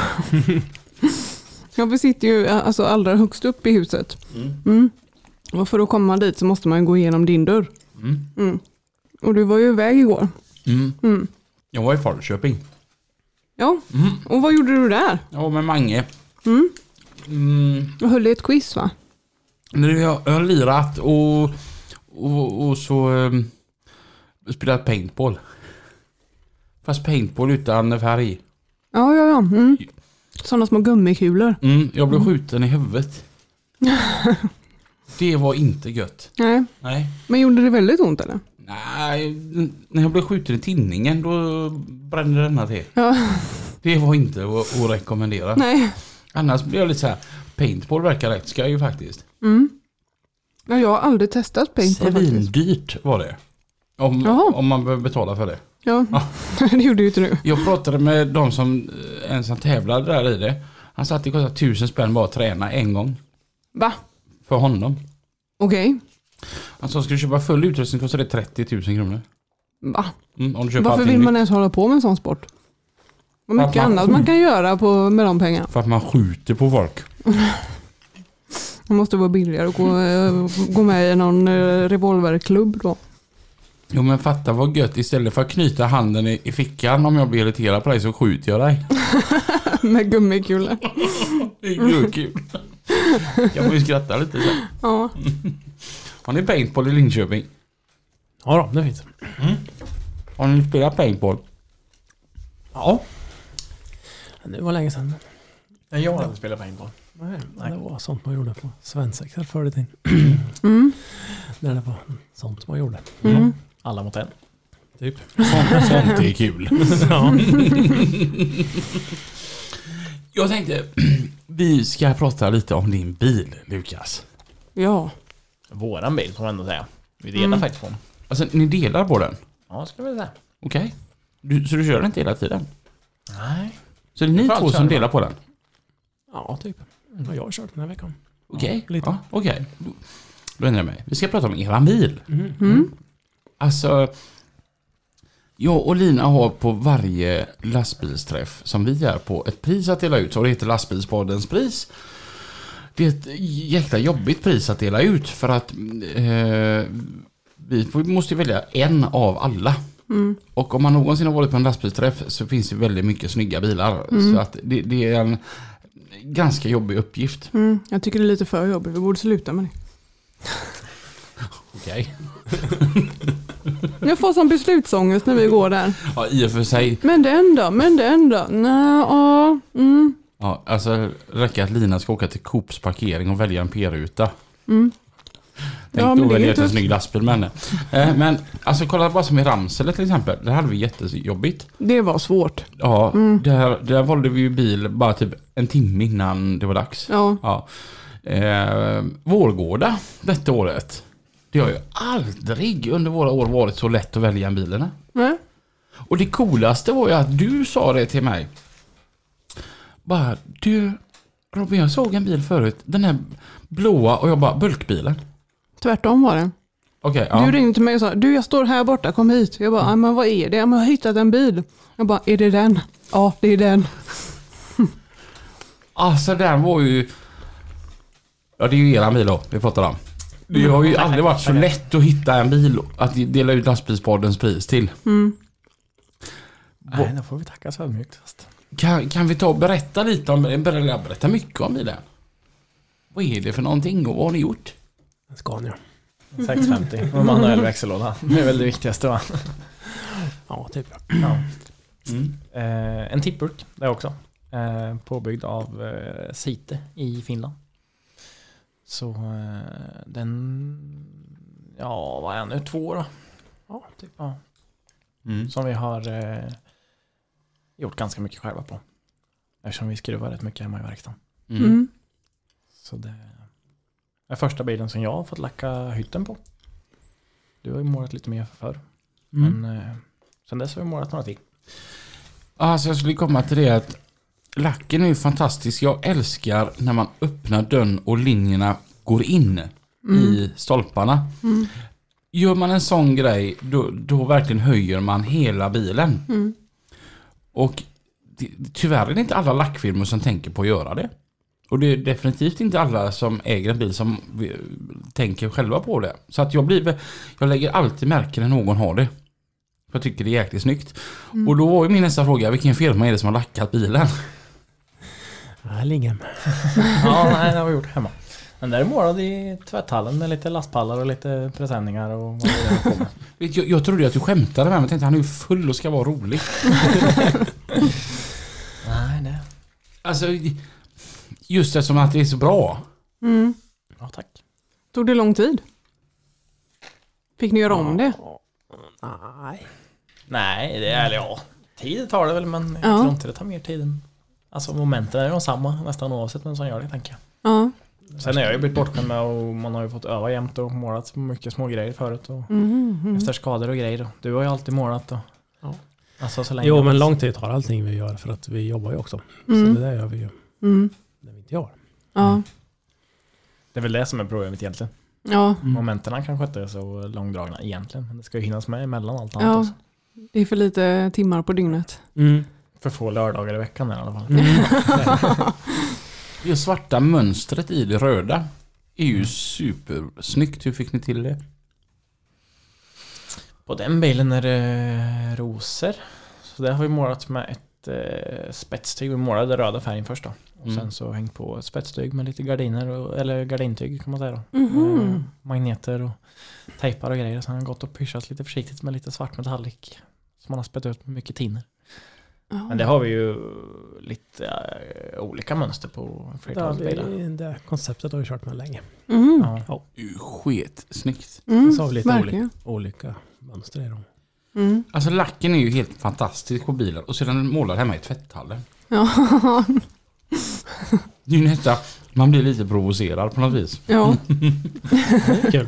Ja, vi sitter ju alltså allra högst upp i huset. Mm. Mm. Och för att komma dit så måste man gå igenom din dörr. Mm. Mm. Och du var ju iväg igår. Mm. Mm. Jag var i Falköping. Ja, Mm. och vad gjorde du där? Ja, med Mange. Mm. Mm. Jag höll i ett quiz, va? Nu har jag har lirat och, och, och så um, spelat paintball. Fast paintball utan färg. Ja, ja, ja. Mm. Sådana små gummikulor. Mm, jag blev skjuten i huvudet. Det var inte gött. Nej, Nej. men gjorde det väldigt ont eller? Nej, när jag blev skjuten i tinningen då brände denna till. Ja. Det var inte att, att rekommendera. Nej. Annars blir jag lite så här, paintball verkar rätt ska ju faktiskt. Mm. Ja, jag har aldrig testat paintball faktiskt. Dyrt var det. Om, om man behöver betala för det. Ja, ja. Det gjorde ju inte du. Jag pratade med de som ensam tävlade där i det. Han sa att det kostar tusen spänn bara att träna en gång. Va? För honom. Okej. Okay. Alltså ska du köpa full utrustning kostar det trettio tusen kronor. Va? Mm, om du köper Varför vill man ens hålla på med en sån sport? Vad mycket man annat man kan göra på, med de pengarna. För att man skjuter på folk. Det måste vara billigare att gå, gå med i någon revolverklubb då. Jo men fatta vad gött. Istället för att knyta handen i, i fickan om jag blir irriterad på dig så skjuter jag dig. Med gummikulor. Det är kul. Jag får ju skratta lite så. Ja. Har ni paintball i Linköping? Ja då, det finns. Mm. Har ni spelat paintball? Ja. Det var länge sedan. Jag har aldrig spelat paintball. Nej, Nej, det var sånt man gjorde på svensexar förr i tiden. Mm. När det var sånt man gjorde. Mm. Alla mot en. Typ. Sånt, sånt är kul. Ja. Jag tänkte, vi ska prata lite om din bil, Lukas. Ja. Våran bil får man ändå säga. Vi delar Mm. faktiskt på den. Alltså, ni delar på den? Ja, ska vi säga. Okej. Okay. Så du kör den inte hela tiden? Nej. Så det är ni två som delar på den? Ja, typ. Ja, jag har kört den här veckan. Okej. Okay. Lite. Ja, okej. Okay. Då ändrar jag mig. Vi ska prata om era bil. Mm. Mm. Alltså, jag och Lina har på varje lastbilsträff som vi är på ett pris att dela ut. Så det heter lastbilspoddens pris. Det är ett jäkla jobbigt pris att dela ut för att eh, vi måste välja en av alla. Mm. Och om man någonsin har varit på en lastbilsträff så finns det väldigt mycket snygga bilar. Mm. Så att det, det är en ganska jobbig uppgift. Mm. Jag tycker det är lite för jobbigt. Vi borde sluta med det. Okej. Jag får sån beslutsångest när vi går där. Ja, i och för sig. Men den då? Men den då? Nej, ja. Mm. Ja, alltså räcker att Lina ska åka till Coops parkering och välja en P-ruta. Mm. Tänk Ja, då men det är välja inte- ut en snygg lastbil med henne. Eh, men alltså kolla bara som i Ramsele till exempel. Det hade vi jättejobbigt. Det var svårt. Ja, Mm. där, där valde vi ju bil bara typ en timme innan det var dags. Ja. Ja. Eh, Vårgårda detta året. Det har ju aldrig under våra år varit så lätt att välja en bilarna. Nej. Och det coolaste var ju att du sa det till mig. Bara, du Robin, jag såg en bil förut. Den här blåa och jag bara, bulkbilen. Tvärtom var det. Okej, okay, ja. Du ringde till mig och sa, du jag står här borta, kom hit. Jag bara, men vad är det? Jag har hittat en bil. Jag bara, är det den? Ja, det är den. Alltså den var ju... Ja, det är ju era bil då, vi pratar om. Det har ju aldrig varit så lätt att hitta en bil att dela ut lastbilspoddens pris till. Mm. Nej, då får vi tacka så mycket. Kan, kan vi ta och berätta lite om... Berätta, berätta mycket om bilen. Vad är det för någonting och vad har ni gjort? En Scania. sexhundrafemtio och manuell växellåda. Det är väl det viktigaste, va? Ja, typ. Ja. Mm. Eh, en tippburk, det också. Eh, påbyggd av eh, Site i Finland. Så eh, den... Ja, vad är den nu? Två år då? Ja, typ. Ja. Mm. Som vi har eh, gjort ganska mycket själva på. Eftersom vi skruvar rätt mycket hemma i verkstaden. Mm. Mm. Så det är första bilen som jag har fått lacka hytten på. Du har ju målat lite mer förr. Mm. Men eh, sen dess har vi målat några till. Alltså jag skulle komma till det att lacken är ju fantastisk. Jag älskar när man öppnar dörren och linjerna går in Mm. i stolparna. Mm. Gör man en sån grej då, då verkligen höjer man hela bilen. Mm. Och det, tyvärr är det inte alla lackfirmor som tänker på att göra det. Och det är definitivt inte alla som äger en bil som vi, tänker själva på det. Så att jag blir jag lägger alltid märke när någon har det. För jag tycker det är jäkligt snyggt. Mm. Och då var ju min nästa fråga, vilken firma är det som har lackat bilen? Ja, Linghem. Ja, nej, det har vi gjort hemma. Men där är målad i tvätthallen med lite lastpallar och lite presenningar och vad det är på med. Vet, jag, jag trodde att du skämtade med mig, men jag tänkte han är ju full och ska vara rolig. Nej, det. Alltså, just det som att det är så bra. Mm. Ja, tack. Tog det lång tid? Fick ni göra om det? Nej. Nej, det är ja. Tid tar det väl, men jag Ja. tror inte det tar mer tid än... Alltså momenten är de samma nästan oavsett vem som gör det, tänker jag. Ja. Sen har jag ju blivit bortskämd med och man har ju fått öva jämt och målat mycket små grejer förut. Och Mm, mm. efter skador och grejer. Du har ju alltid målat och... Ja. Alltså så länge... Jo, men lång tid tar allting vi gör för att vi jobbar ju också. Mm. Så det där gör vi ju Mm. när vi inte gör. Ja. Det är väl det som är problemet egentligen. Ja. Mm. Momenten kanske inte är så långdragna egentligen. Men det ska ju hinnas med emellan allt annat Ja. också. Det är för lite timmar på dygnet. Mm. För få lördagar i veckan i alla fall. Mm. Det svarta mönstret i det röda är ju supersnyggt. Hur fick ni till det? På den bilen är det rosor. Så det har vi målat med ett eh, spetstyg. Vi målade röda färgen först då. Och Mm. sen så hängt på ett spetstyg med lite gardiner. Och, eller gardintyg kan man säga då. Mhm. Eh, magneter och tejpar och grejer. Så han har gått och pyschat lite försiktigt med lite svart metallic. Som man har spett ut med mycket tiner. Ja. Men det har vi ju lite äh, olika mönster på Det, flertalet bilar. det, det konceptet har vi kört med länge. Mm. Ja. Det är ju sketsnyggt. Mm. Så har vi lite Verkligen. olika, olika mönster i dem. Mm. Alltså lacken är ju helt fantastisk på bilen. Och sedan målad hemma i tvätthallen. Ja. Det är ju nästan, man blir lite provocerad på något vis. Ja. Kul.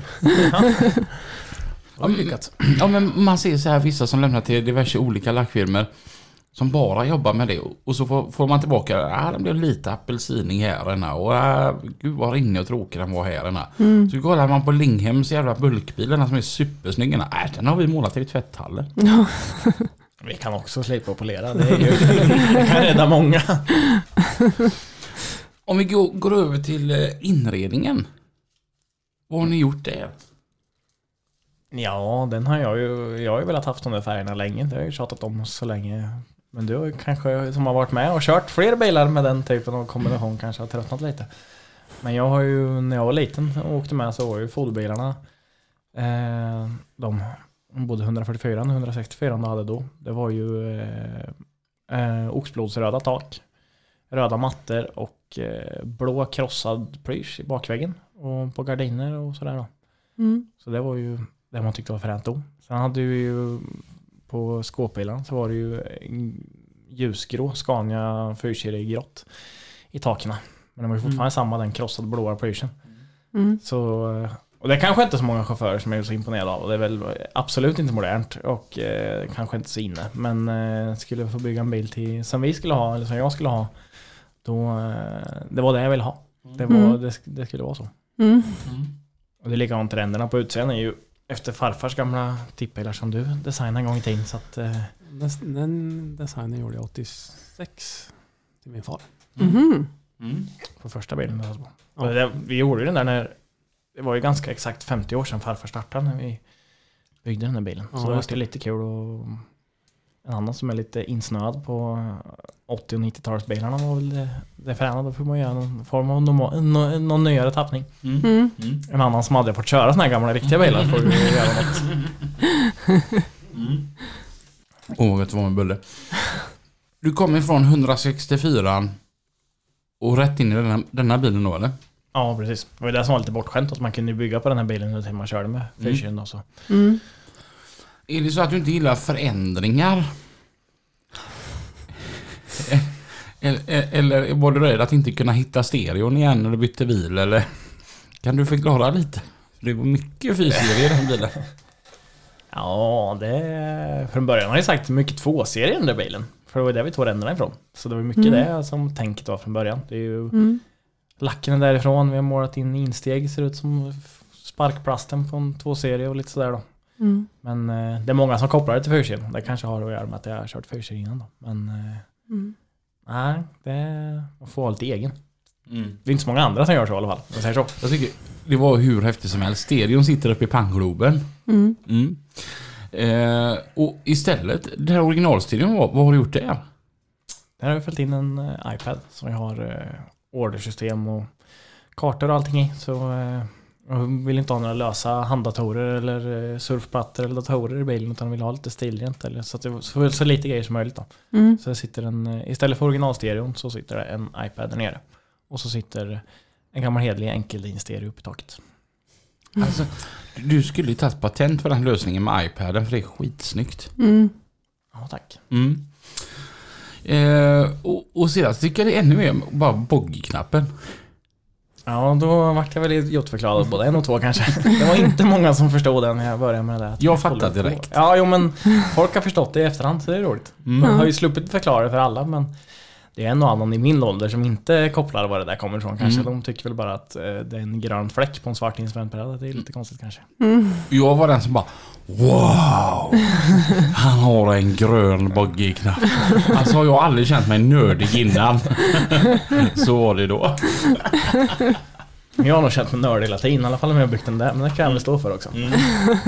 Ja, men, ja, men man ser så här vissa som lämnar till diverse olika lackfirmor som bara jobbar med det. Och så får, får man tillbaka, ja, det blev lite apelsinig här och äh, gud vad rinnig och tråkig den var här. Mm. Så kollar man på Linghems jävla bulkbilarna som är supersnygga. Äh, den har vi målat i tvätthallen. Ja. Vi kan också slipa och polera. Det, är ju, det kan rädda många. Om vi går, går över till eh, inredningen. Vad har ni gjort där? Ja, den har jag ju... Jag har ju velat haft de där färgerna länge. Det har jag ju tjatat om så länge. Men du kanske som har varit med och kört fler bilar med den typen av kombination kanske har tröttnat lite. Men jag har ju, när jag var liten och åkte med, så var ju foderbilarna eh, de både hundrafyrtiofyra och hundrasextiofyra de hade då. Det var ju eh, eh, oxblodsröda tak, röda mattor och eh, blå krossad plysch i bakväggen och på gardiner och sådär då. Mm. Så det var ju det man tyckte var fränt då. Sen hade vi ju på skåpbilen så var det ju ljusgrå Scania fyrkärrig grått i takerna. Men det var ju fortfarande mm. samma, den krossade blåa plyschen. Mm. Så, och det är kanske inte så många chaufförer som är så imponerade av. Och det är väl absolut inte modernt och eh, kanske inte så inne. Men eh, skulle jag få bygga en bil till, som vi skulle ha, eller som jag skulle ha, då eh, det var det jag ville ha. Det, var, Mm. det, det skulle vara så. Mm. Mm. Och det är likadant trenderna på utseendet är ju efter farfars gamla tippbilar som du designade en gång i tiden. Så att, eh, Den, den designen gjorde jag åttiosex till min far. Mhm. Mm. på första bilen. Alltså. Ja. Och det, vi gjorde ju den där när det var ju ganska exakt femtio år sedan farfar startade när vi byggde den här bilen. Ja, så det just var lite kul. Och en annan som är lite insnöad på åttio- och nittio-talsbilarna var väl det, det fräna. Då får man göra någon form av normal, någon, någon nyare tappning. Mm. Mm. Mm. En annan som hade fått köra såna här gamla riktiga bilar får ju göra något. Mm. Åh, vet du vad med Bulle? Du kommer från hundrasextiofyra och rätt in i denna, denna bilen då, eller? Ja, precis. Det var det som var lite bortskämt att man kunde bygga på den här bilen när man körde med fyrkärringen och så. Mm. Är det så att du inte gillar förändringar? Eller, eller var du rädd att inte kunna hitta stereon igen när du bytte bil? Eller kan du förklara lite? Det var mycket fyrserie i den bilen. Ja, det... Från början har jag sagt mycket två-serie i den där bilen. För det var där vi tog ränderna ifrån. Så det var mycket Mm. det som tänket var från början. Det är ju Mm. lacken därifrån. Vi har målat in insteg. Ser ut som sparkplasten på en två-serie och lite sådär då. Mm. Men eh, det är många som kopplar det till fyrserien. Det kanske har att göra med att jag har kört fyrserien innan då. Men eh, Mm. nej, det... Man får ha lite egen. Mm. Det är inte så många andra som gör så i alla fall. Jag säger så. Jag tycker det var hur häftigt som helst. Stereon sitter uppe i panngloben. Mm. Mm. Eh, och istället, det här originalstereon, vad, vad har du gjort där? Där har vi fällt in en uh, iPad som jag har uh, ordersystem och kartor och allting i. Så uh, jag vill inte ha några lösa handdatorer eller uh, surfplattor eller datorer i bilen, utan jag vill ha lite stilrent eller så att det så, så lite grejer som möjligt då. Mm. Så det sitter en, uh, istället för originalstereon så sitter det en iPad där nere. Och så sitter en gammal hedlig enkellinstereo uppe i taket. Alltså, du skulle ju tagit patent på den lösningen med iPaden, för det är skitsnyggt. Mm. Ja, tack. Mm. Eh, och, och sedan tycker jag det är ännu mer bara boggyknappen. Ja, då vart jag väl idiotförklarad både en och två kanske. Det var inte många som förstod den när jag började med det där. Jag fattar direkt. Ja, jo, men folk har förstått det i efterhand, så det är roligt. Mm. Man har ju sluppit förklara det för alla, men det är en och annan i min ålder som inte kopplar vad det där kommer ifrån kanske. Mm. De tycker väl bara att eh, det är en grön fläck på en svart instrumentbräda. Det är lite konstigt kanske. Mm. Jag var den som bara wow, han har en grön boggyknapp. Alltså jag har aldrig känt mig nördig innan. Så var det då. Jag har nog känt mig nördig hela tiden, i alla fall om jag har byggt den där. Men det kan jag väl stå för också. Mm.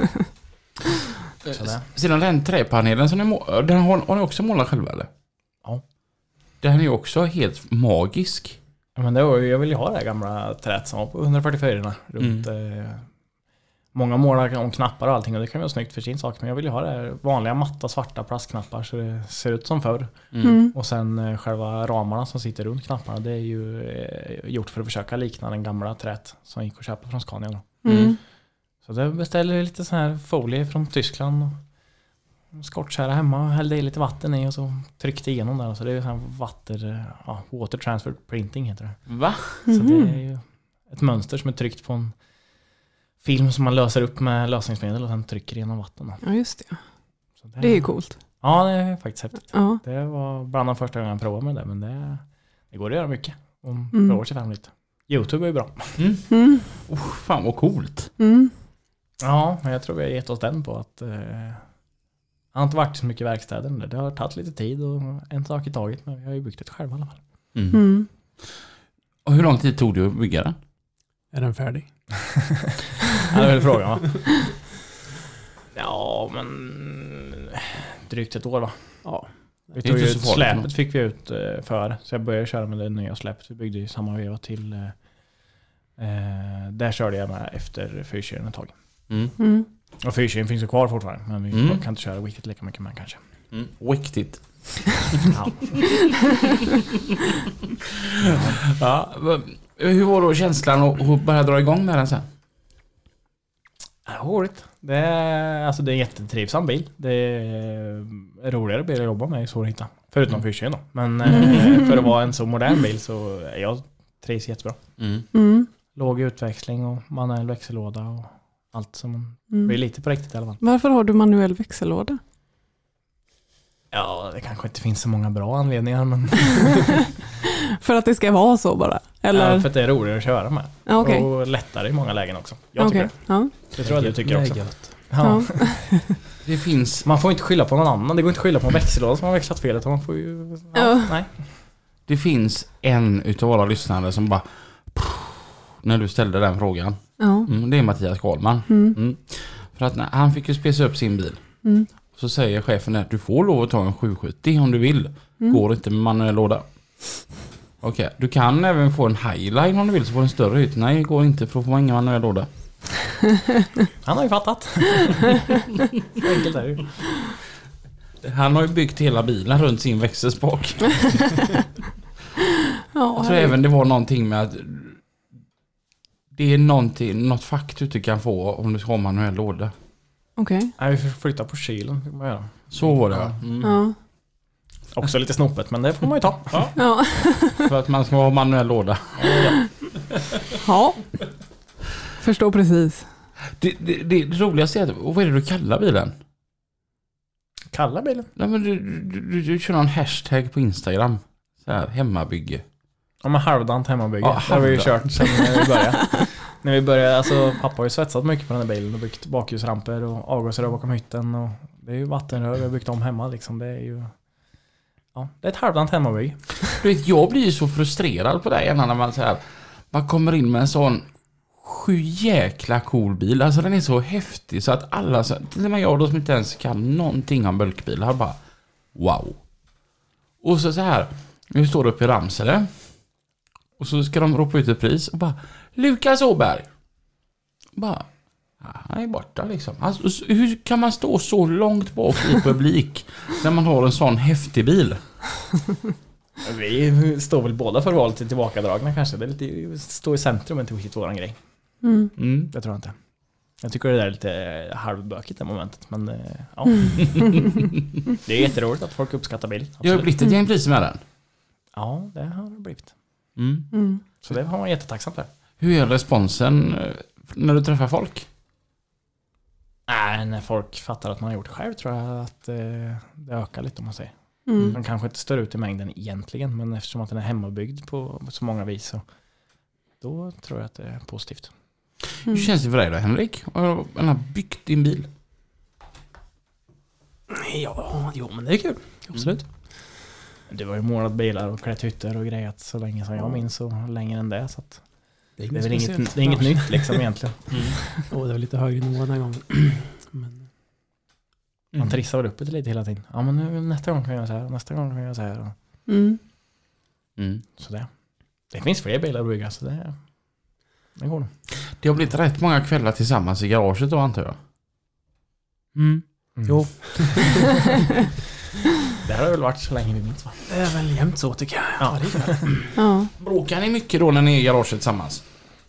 Sedan den träpanelen som ni må- den har, har ni också målat själva eller? Ja. Den är ju också helt magisk. Ja, men det var ju, jag vill ju ha det här gamla träet som var på hundrafyrtiofyra runt. Mm. Eh, många målar om knappar och allting, och det kan vara snyggt för sin sak. Men jag vill ju ha det här vanliga matta svarta plastknappar så det ser ut som förr. Mm. Och sen eh, själva ramarna som sitter runt knapparna, det är ju eh, gjort för att försöka likna den gamla träet som gick att köpa från Scania då. Mm. Så det beställer lite sån här folie från Tyskland och skottkärra hemma och hällde i lite vatten i och så tryckte igenom där. Så det är ju sån här water, ja, water transfer printing heter det. Va? Så det är ju ett mönster som är tryckt på en film som man löser upp med lösningsmedel och sen trycker igenom vatten. Då. Ja, just det. Så det, Det är coolt. Ja, det är faktiskt häftigt. Ja. Det var bland de första gången jag provade med det, men det, det går att göra mycket om Mm. mm. år sig fram lite. YouTube är ju bra. Mm. Mm. Oh, fan vad coolt. Mm. Ja, men jag tror vi har gett oss den på att eh, det har inte varit så mycket verkstäder. Det har tagit lite tid och en sak i taget, men vi har ju byggt det själva i alla fall. Mm. Mm. Och hur lång tid tog det att bygga den? Är den färdig? Ja, det är väl frågan, va? Ja, men drygt ett år, va? Ja. Vi Det är tog inte ju så ut, farligt, släpet fick vi ut eh, före, så jag började köra med det nya släpet. Vi byggde i samma veva till eh, eh, där körde jag med efter fyrtjuren ett tag. Mm. Mm. Och fyrtjuren finns ju kvar fortfarande, men vi Mm. kan inte köra Wicked lika mycket med kanske. Mm. Viktigt. Ja. Ja, hur var då känslan att börja dra igång med den sen? Ja, roligt. Det är, alltså det är en jättetrivsam bil. Det är roligare bil att jobba med i så att hitta. Förutom fyrtjuren då. Men eh, för att vara en så modern bil så är jag trivs jättebra. Mm. Mm. Låg utväxling och manuell växellåda och allt som Mm. blir lite på riktigt i alla fall. Varför har du manuell växellåda? Ja, det kanske inte finns så många bra anledningar, men För att det ska vara så bara? Eller? ja, för att det är roligare att köra med. Ja, okej. Och lättare i många lägen också. Jag tycker Okej. Ja. det. Det tror jag du tycker också. Ja. Ja. Det finns... Man får inte skylla på någon annan. Det går inte att skylla på en växellåda som har växlat fel. Utan man får ju... Ja, Ja. Nej. Det finns en utav våra lyssnare som bara... När du ställde den frågan. Ja. Mm, det är Mattias Karlman. Mm. Mm. För att när, han fick ju spesa upp sin bil. Mm. Så säger chefen att du får lov att ta en sjuhundrasjuttio om du vill. Mm. Går inte med manuell låda. Okej, okay. Du kan även få en highline om du vill så får en större hytt. Nej, går inte för att få ingen manuell låda. Han har ju fattat. Enkelt är det ju. Han har ju byggt hela bilen runt sin växelspak. Ja, Jag tror även det var någonting med att det är någonting, något fack du inte kan få om du ska ha manuell låda. Okej. Nej, vi får flytta på kylen. Fick man göra. Så var det. Mm. Ja. Också lite snoppet, men det får man ju ta. Ja. Ja. För att man ska ha manuell låda. Ja. Förstår precis. Det, det, det, det roligaste är att, vad är det du kallar bilen? Kalla bilen. Nej, men du, du, du, du kör någon hashtag på Instagram. Så här, hemmabygge. Ja, men halvdant hemmabygge. Ja, det har vi ju halvdant. kört sen när vi började. när vi började, alltså pappa har ju svetsat mycket på den här bilen och byggt bakljusramper och avgasrör bakom hytten. Och det är ju vattenrör vi har byggt om hemma liksom. Det är ju... Ja, det är ett halvdant hemmabygge. Du vet, jag blir ju så frustrerad på det här när man så här, man kommer in med en sån sju jäkla cool bil. Alltså den är så häftig så att alla, så, till och med jag då som inte ens kan någonting om bulkbilar, bara wow. Och så så här, nu står det uppe i Ramsele och så ska de ropa ut ett pris och bara Lukas Åberg. Bara, han är borta liksom. Alltså, hur kan man stå så långt bak i publik när man har en sån häftig bil? Vi står väl båda för valet till tillbakadragna kanske. Det är lite stå i centrum, inte riktigt våran grej. Mm. Mm. Det tror jag inte. Jag tycker det där är lite halvbökigt i momentet, men ja. Det är jätteroligt att folk uppskattar bil. Det har blivit ett gäng priser med den. Ja, det har det blivit. Mm. Mm. Så det har man jättetacksam för. Hur är responsen när du träffar folk? Nej, när folk fattar att man har gjort det själv tror jag att eh, det ökar lite om man säger. Mm. De kanske inte står ut i mängden egentligen, men eftersom att den är hemmabyggd på så många vis så då tror jag att det är positivt. Hur känns det för dig då, Henrik? Har du byggt din bil? Ja, jo, men det är kul. Absolut. Mm. Du har ju målat bilar och klätt hytter och grejat så länge som jag minns och längre än det. Så att Det är, det är väl inget, det är inget nytt liksom egentligen. Mm. Och det var lite högre nivå den här gången. Men... Man trissar upp det lite hela tiden. Ja, men nu, nästa gång kan jag göra så här. Nästa gång kan jag göra så här. Mm. Mm. Så det. Det finns fler bilar att bygga så det, det går nog. Det har blivit rätt många kvällar tillsammans i garaget då, antar jag. Mm. Mm. Jo. Det har väl varit så länge vi minns va? Det är väl jämnt så tycker jag. Ja, det är det. Ja. Bråkar ni mycket då när ni är i garaget tillsammans?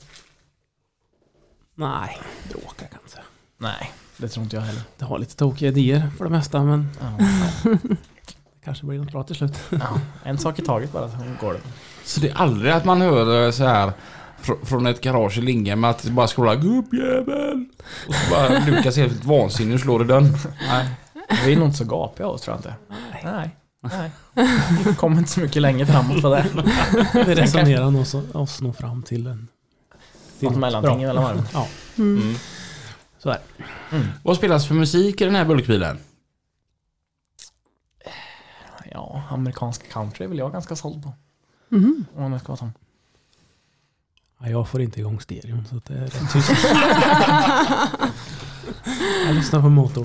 Nej, bråkar kan jag säga. Nej, det tror inte jag heller. Det har lite tokiga idéer för det mesta, men Ja. det kanske blir något bra till slut. Ja, en sak i taget bara så går det. Så det är aldrig att man hör så här fr- från ett garage i Lingen med att det bara skrålar gubbjävel och så bara Lukas helt vansinnig och slår i dörren. Nej. Vi är nog inte så gapiga oss tror jag inte. Nej. Nej. Vi kommer inte så mycket längre framåt på det. Vi resonerar oss, oss nog fram till en... Något mellanting mellan varven. Ja, Mm. Mm. så är Mm. Vad spelas för musik i den här bulkbilen? Ja, amerikansk country är väl jag ganska såld på. Mm. Om jag ska vara sån. ja, jag får inte igång stereon så att det är rätt tyst. Jag lyssnar på motor.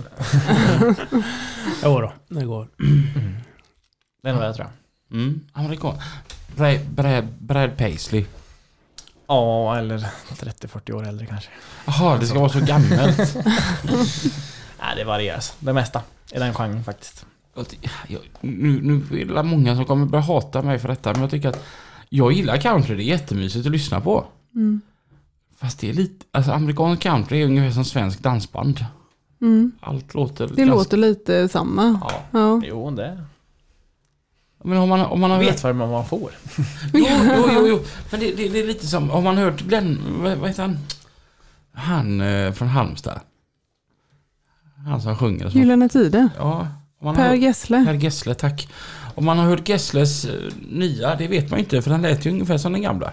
Jo då, det går. Mm. Det är nog det tror jag. Mm. Amerikan. Brad, Brad, Brad Paisley. Ja, eller trettio fyrtio år äldre kanske. Jaha, det ska vara så gammalt. Nej, det varieras. Det mesta i den genren faktiskt. Jag, nu, nu är det många som kommer börja hata mig för detta, men jag tycker att jag gillar country, det är jättemysigt att lyssna på. Mm. Fast det är lite, alltså amerikansk country är ungefär som svensk dansband. Mm. Allt låter... Det låter lite samma. Ja, Ja. jo det. Men om man, om man har Vet hört... vad man man får. Jo, jo, jo, jo. Men det, det, det är lite som, om man har hört Glenn, vad, vad heter han? Han eh, från Halmstad. Han som sjunger. Som, Gyllene Tider. ja. Om man Per har hört, Gessle. Per Gessle, tack. Om man har hört Gessles eh, nya, det vet man inte, för han lät ju ungefär som den gamla.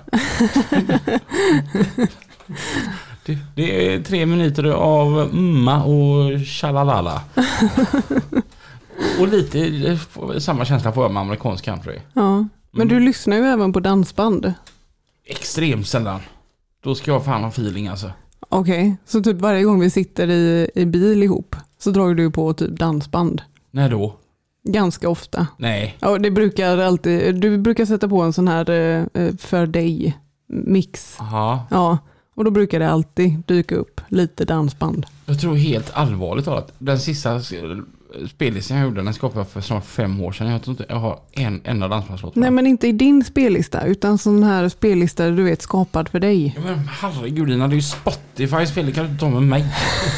det, det är tre minuter av Mma och Shalalala. Och lite eh, samma känsla får jag med amerikansk country. Ja. Men du lyssnar ju även på dansband. Extremt sällan. Då ska jag fan ha feeling alltså. Okej, så typ varje gång vi sitter i, i bil ihop så drar du på typ dansband. När då? Ganska ofta. Nej. Ja, det brukar alltid, du brukar sätta på en sån här eh, för dig mix. Aha. Ja, och då brukar det alltid dyka upp lite dansband. Jag tror helt allvarligt att den sista spellisten jag gjorde, den skapade jag för snart fem år sedan. Jag tror inte jag har en enda dansbandslåt. Nej, men inte i din spellista utan sån här spellista du vet skapad för dig. Ja, men herregud, Lina, det är ju Spotify spel, kan du inte ta med mig?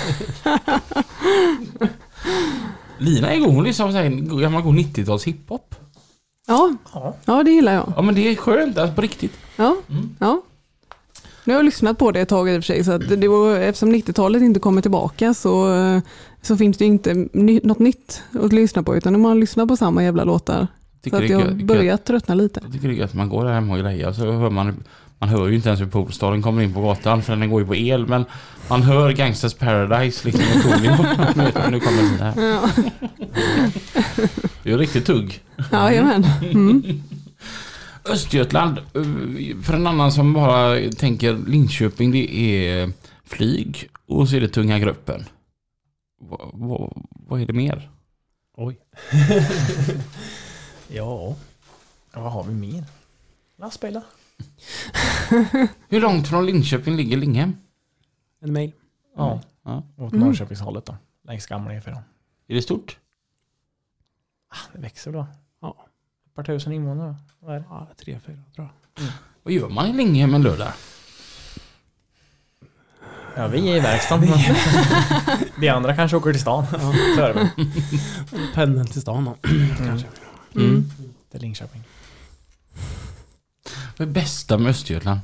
Lina är god, hon lyssnar på en gammal god nittio-tals hiphop. Ja, Ja. ja, det gillar jag. Ja, men det är skönt, alltså, på riktigt. Ja, Mm. ja. Nu har jag lyssnat på det ett tag i och för sig, så att det var, eftersom nittiotalet inte kommer tillbaka så, så finns det inte ny, något nytt att lyssna på, utan man lyssnar på samma jävla låtar. Tycker Så att det är jag gött- börjar tröttna lite. Jag tycker det är gött att man går där hemma och grejer, så hör man, man hör ju inte ens hur Polestaden kommer in på gatan för den går ju på el, men man hör Gangsters Paradise liksom i tonen. Nu kommer det här. Ja, Det är ju riktigt tugg. ja jajamän. Mm. Östergötland, för en annan som bara tänker Linköping, det är flyg och så är det tunga gruppen. Vad, vad, vad är det mer? Oj. Ja. Vad har vi mer? Lastbilar. Hur långt från Linköping ligger Linghem? En mail. Ja. Ja. Åt Mm. Norrköpingshållet då. Längs gamla E fyra. Är det stort? Ah, det växer då. Ja. Ett par tusen invånare. Vad är det? Ja, tre, fyra tror jag. Vad gör man i Linghem en lördag? Ja, vi är i verkstaden. De andra kanske åker till stan. Ja, så är det väl. Pendeln till stan då. Kanske. Mm. Mm. Till Linköping. Vad är bästa med Östergötland?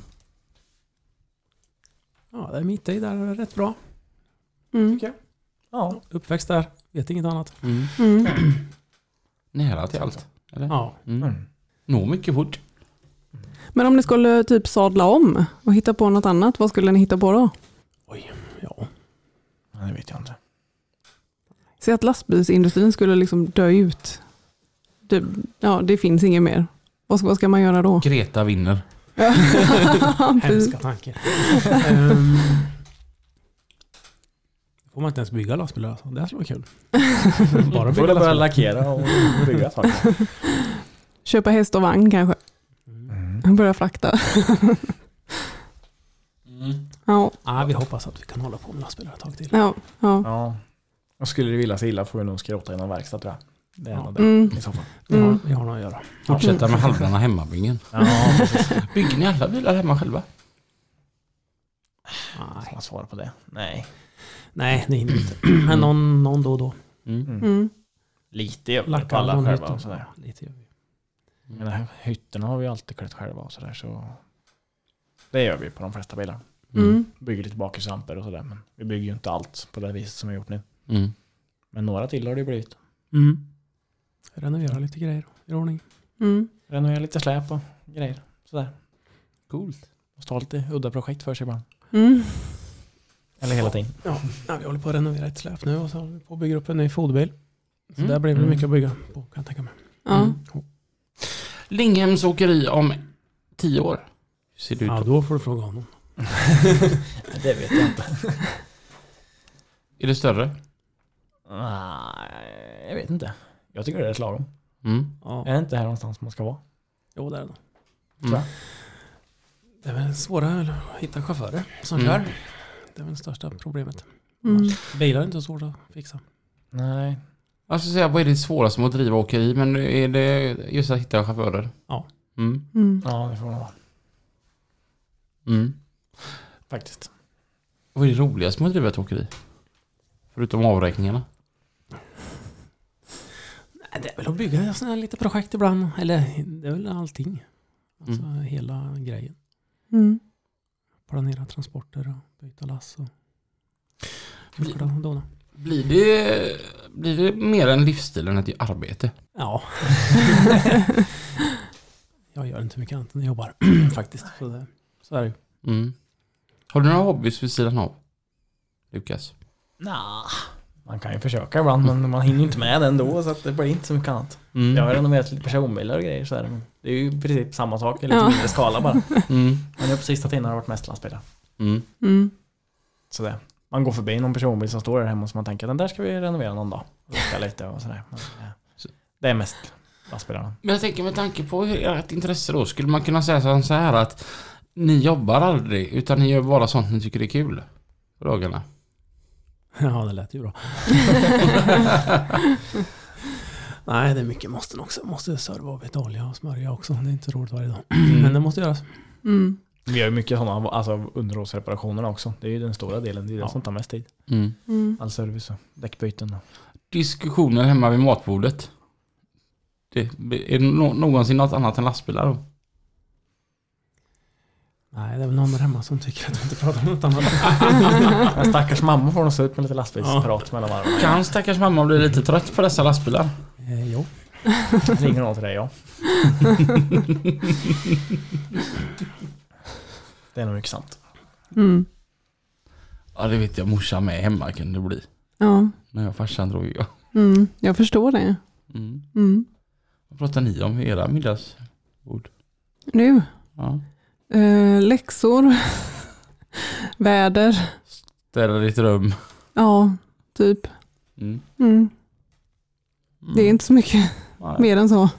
Ja, det är mitt i där är rätt bra. Mm. Ja, uppväxt där. Vet inget annat. Mm. Mm. Nära till allt. Eller? Ja. Mm. Mm. Nog mycket fort. Men om ni skulle typ sadla om och hitta på något annat, vad skulle ni hitta på då? Oj, ja. Ja, det vet jag inte. Se att lastbilsindustrin skulle liksom dö ut. Det, ja, det finns inget mer. Vad ska, vad ska man göra då? Greta vinner. Hemska tanke. um, får man inte ens bygga lastbilar. Alltså. Det här skulle vara kul. Bara får bygga börja lackera och bygga saker. Köpa häst och vagn kanske. Mm. Börja frakta. Mm. Ja. Ah, vi hoppas att vi kan hålla på med lastbilar ett tag till. Ja, ja. Ja. Och skulle det vilja sig illa får vi nog skrota i någon verkstad, tror jag. Det är Ja. nog det Mm. i så fall. Vi har, Mm. vi har något att göra. Fortsätta med halvdana hemmabyggen. Ja, precis. Bygger ni alla bilar hemma själva? Ska Nej, man svara på det? Nej. Nej det hinner vi inte. Men någon, någon då och då. Mm. Mm. Mm. Lite gör vi på Lackar alla någon själva hytt. och sådär. Ja, lite gör vi. Men det här, hytterna har vi alltid klätt själva och sådär, så det gör vi på de flesta bilar. Mm. Bygger lite bakisramper och sådär, men vi bygger ju inte allt på det viset som vi gjort nu. Mm. Men några till har det blivit. Mm. Renovera lite grejer i ordning. Mm. Renovera lite släp och grejer. Sådär. Coolt. Måste ha lite udda projekt för sig ibland. Mm. Eller hela tiden. Ja, ja, vi håller på att renovera ett släp nu och så håller vi på att bygga upp en ny foderbil. Så Mm. där blir det Mm. mycket att bygga på, kan jag tänka mig. Ja. Mm. Linghems åkeri om tio år. Hur ser det ut? Ja, då får du fråga honom. Det vet jag inte. Är det större? Nej, jag vet inte. Jag tycker det är ett lagom. Mm. Ja, Är det inte här någonstans man ska vara? jo, det är det. Mm. jag. Det är väl svårare att hitta chaufförer som Mm. kör. Det är väl det största problemet. Mm. Bilar är inte så svårt att fixa. Nej. Alltså säga, vad är det svåraste med att driva åkeri? Men är det just att hitta chaufförer? Ja. Mm. Mm. Ja, det får nog vara. Mm. Faktiskt. Vad är det roligaste med att driva ett åkeri? Förutom avräkningarna. Nej, det är väl att bygga sådana här lite projekt ibland. Eller det är väl allting. Alltså hela grejen. Mm. Planera transporter och byta lass och Blir- skjuta och dona. Blir det, blir det mer en livsstil än ett arbete? Ja. Jag gör inte mycket annat än jobbar faktiskt. Så, det, så är det ju. Mm. Har du några hobbys vid sidan av? Lukas? Nah. Man kan ju försöka ibland, men man hinner ju inte med det ändå, så att det blir inte så mycket annat. Mm. Jag har renoverat lite personbilar och grejer så är det, men det är ju i princip samma sak i lite Ja. mindre skala bara. Mm. Men nu på sista tiden har det varit mest lastbilar. Mm. Mm. Så det. Man går förbi någon personbil som står där hemma, så man tänker den där ska vi renovera någon dag. Och leka lite och sådär. Men, ja. Det är mest lastbilarna. Men jag tänker med tanke på ert intresse då, skulle man kunna säga så här att ni jobbar aldrig utan ni gör bara sånt ni tycker är kul på dagarna? Ja, det lät ju bra. Nej, det är mycket måsten också. Måste serva och byta olja och smörja också. Det är inte roligt varje dag. Mm. Men det måste göras. Mm. Vi gör ju mycket sådana, alltså underhållsreparationerna också. Det är ju den stora delen. Det är det Ja. som tar mest tid. Mm. Mm. All service och däckbyten. Och. Diskussioner hemma vid matbordet. Det, är det no- någonsin något annat än lastbilar då? Nej, det är väl någon där hemma som tycker att vi inte pratar om något annat. Men stackars mamma får nog stå ut med lite lastbilsprat mellan varven. Kan stackars mamma bli lite trött på dessa lastbilar? Eh, jo. Ringer någon till dig, ja. Det är nog mycket sant. Mm. Ja, det vet jag. Morsan med hemma kan det bli. Ja. När jag och farsan drog jag. Mm. Jag förstår det. Mm. Mm. Vad pratar ni om i era middagsbord? Nu. Ja. Eh, läxor. Väder. Städa ditt rum. Ja, typ. Mm. Mm. Mm. Det är inte så mycket Nej. mer än så.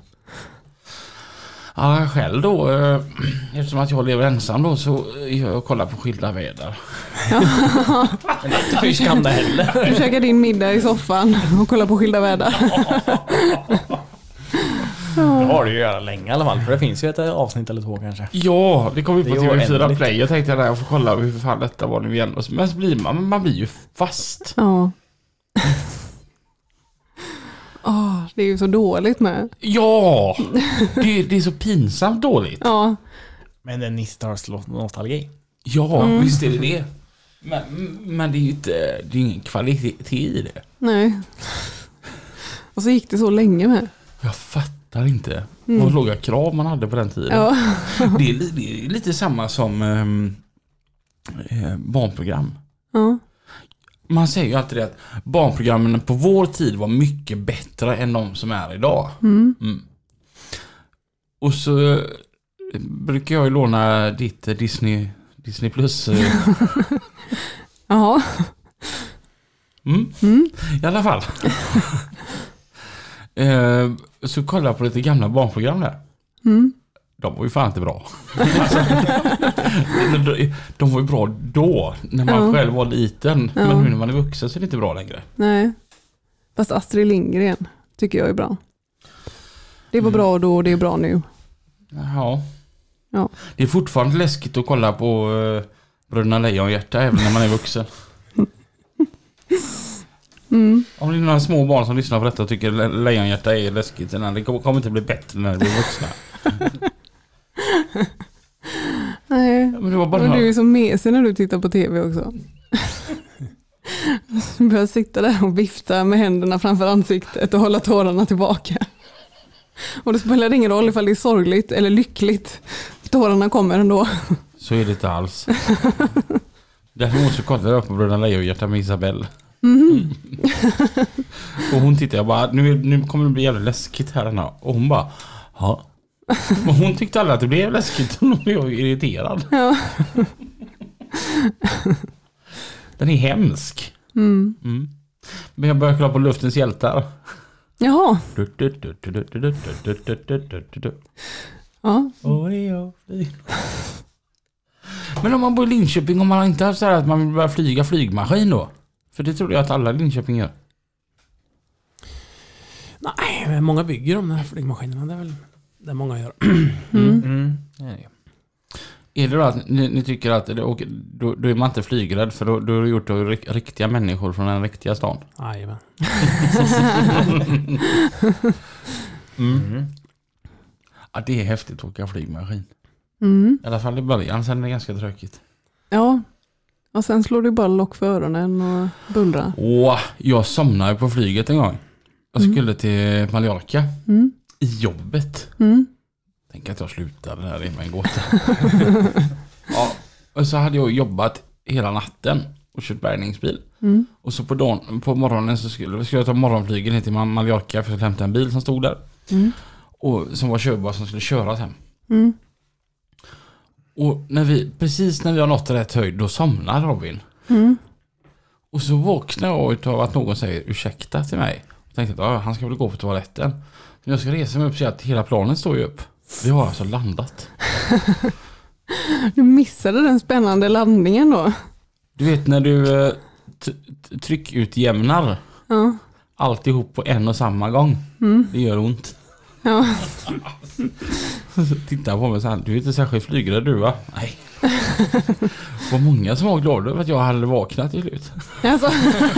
Ja, själv då, eh, eftersom att jag lever ensam då, så eh, jag kollar på skilda väder. Men det är inte fy skam det heller. Du käkar din middag i soffan och kollar på skilda väder. Ja, har du ju göra länge i alla fall. För det finns ju ett avsnitt eller två kanske. Ja, det kom ju på Det är T V fyra oändligt. Play. Jag tänkte att jag får kolla hur fan detta var nu igen. Och så- Men så blir man, man blir ju fast. Ja. Åh, det är ju så dåligt med. Ja, det, det är så pinsamt dåligt. Ja, Men en nittio-tals nostalgi. Ja, visst är det det. Men, men det är ju inte, det är ingen kvalitet i det. nej. Och så gick det så länge med. Jag fattar inte vad låga krav man hade på den tiden. Ja. Det, är, li- det är lite samma som ehm, eh, barnprogram. Ja. Man säger ju alltid det att barnprogrammen på vår tid var mycket bättre än de som är idag. Mm. Mm. Och så eh, brukar jag ju låna ditt eh, Disney, Disney Plus. eh, Jaha. Mm. Mm. I alla fall. eh, så kolla jag på lite gamla barnprogram där. Mm. De var ju fan inte bra. Alltså, de, de var ju bra då, när man Ja. själv var liten. Ja. Men nu när man är vuxen så är det inte bra längre. Nej. Fast Astrid Lindgren tycker jag är bra. Det var bra då och det är bra nu. Ja. Ja. Det är fortfarande läskigt att kolla på uh, Bröderna Lejonhjärta även när man är vuxen. Mm. Om det är några små barn som lyssnar på detta och tycker Le- Lejonhjärta är läskigt, det kommer inte bli bättre när det blir vuxna. Nej. Men det var bara Men du är så mesig när du tittar på tv också. Du börjar sitta där och vifta med händerna framför ansiktet och hålla tårarna tillbaka. Och det spelar ingen roll ifall det är sorgligt eller lyckligt. Tårarna kommer ändå. Så är det inte alls. Däremot så kollade jag på Bröderna Lejonhjärta med Isabelle. Mm. Och hon tittade, jag bara, nu, nu kommer det bli jävligt läskigt här nu. Och hon bara, ja. Och hon tyckte aldrig att det blev läskigt. Och då blev jag irriterad. Ja. Den är hemsk. Mm. Mm. Men jag börjar kolla på Luftens hjältar. Jaha. Du, du, du, du, du, du, du, du, du, du, du, du. Ja. Åh, det är jag flyg. Men om man bor i Linköping, om man inte har så här att man vill börja flyga flygmaskin då? För det tror jag att alla i Linköping gör. Nej, många bygger de här flygmaskinerna. Det är väl det många gör. Mm. Mm. Det är det. Är det då att ni, ni tycker att det, och, då, då är man inte flygrädd, för då, då är det gjort av rik- riktiga människor från den riktiga stan? Jajamän. Mm. Ja, det är häftigt att åka flygmaskin. Mm. I alla fall i början, sen är det ganska tråkigt. Ja. Och sen slår du bara lock för öronen och bullrar. Åh, jag somnade på flyget en gång. Jag skulle till Mallorca Mm. i jobbet. Mm. Tänk att jag slutade där i en gåta. Ja, och så hade jag jobbat hela natten och kört bärgningsbil. Mm. Och så på, dagen, på morgonen så skulle, skulle jag ta morgonflygen ner till Mallorca för att hämta en bil som stod där. Mm. Och som var körbar, som skulle köras hem. Mm. Och när vi, precis när vi har nått rätt höjd, då somnar Robin. Mm. Och så vaknar jag av att någon säger ursäkta till mig. Jag tänkte att ja, han ska väl gå på toaletten. Men jag ska resa mig upp och se att hela planen står ju upp. Vi har alltså landat. Du missade den spännande landningen då. Du vet när du eh, t- t- tryckutjämnar Ja. alltihop på en och samma gång. Mm. Det gör ont. Ja. Titta på mig så här, du är inte särskilt flygrädd du va? Nej. Det var många som var glada över att jag hade vaknat till slut. Alltså.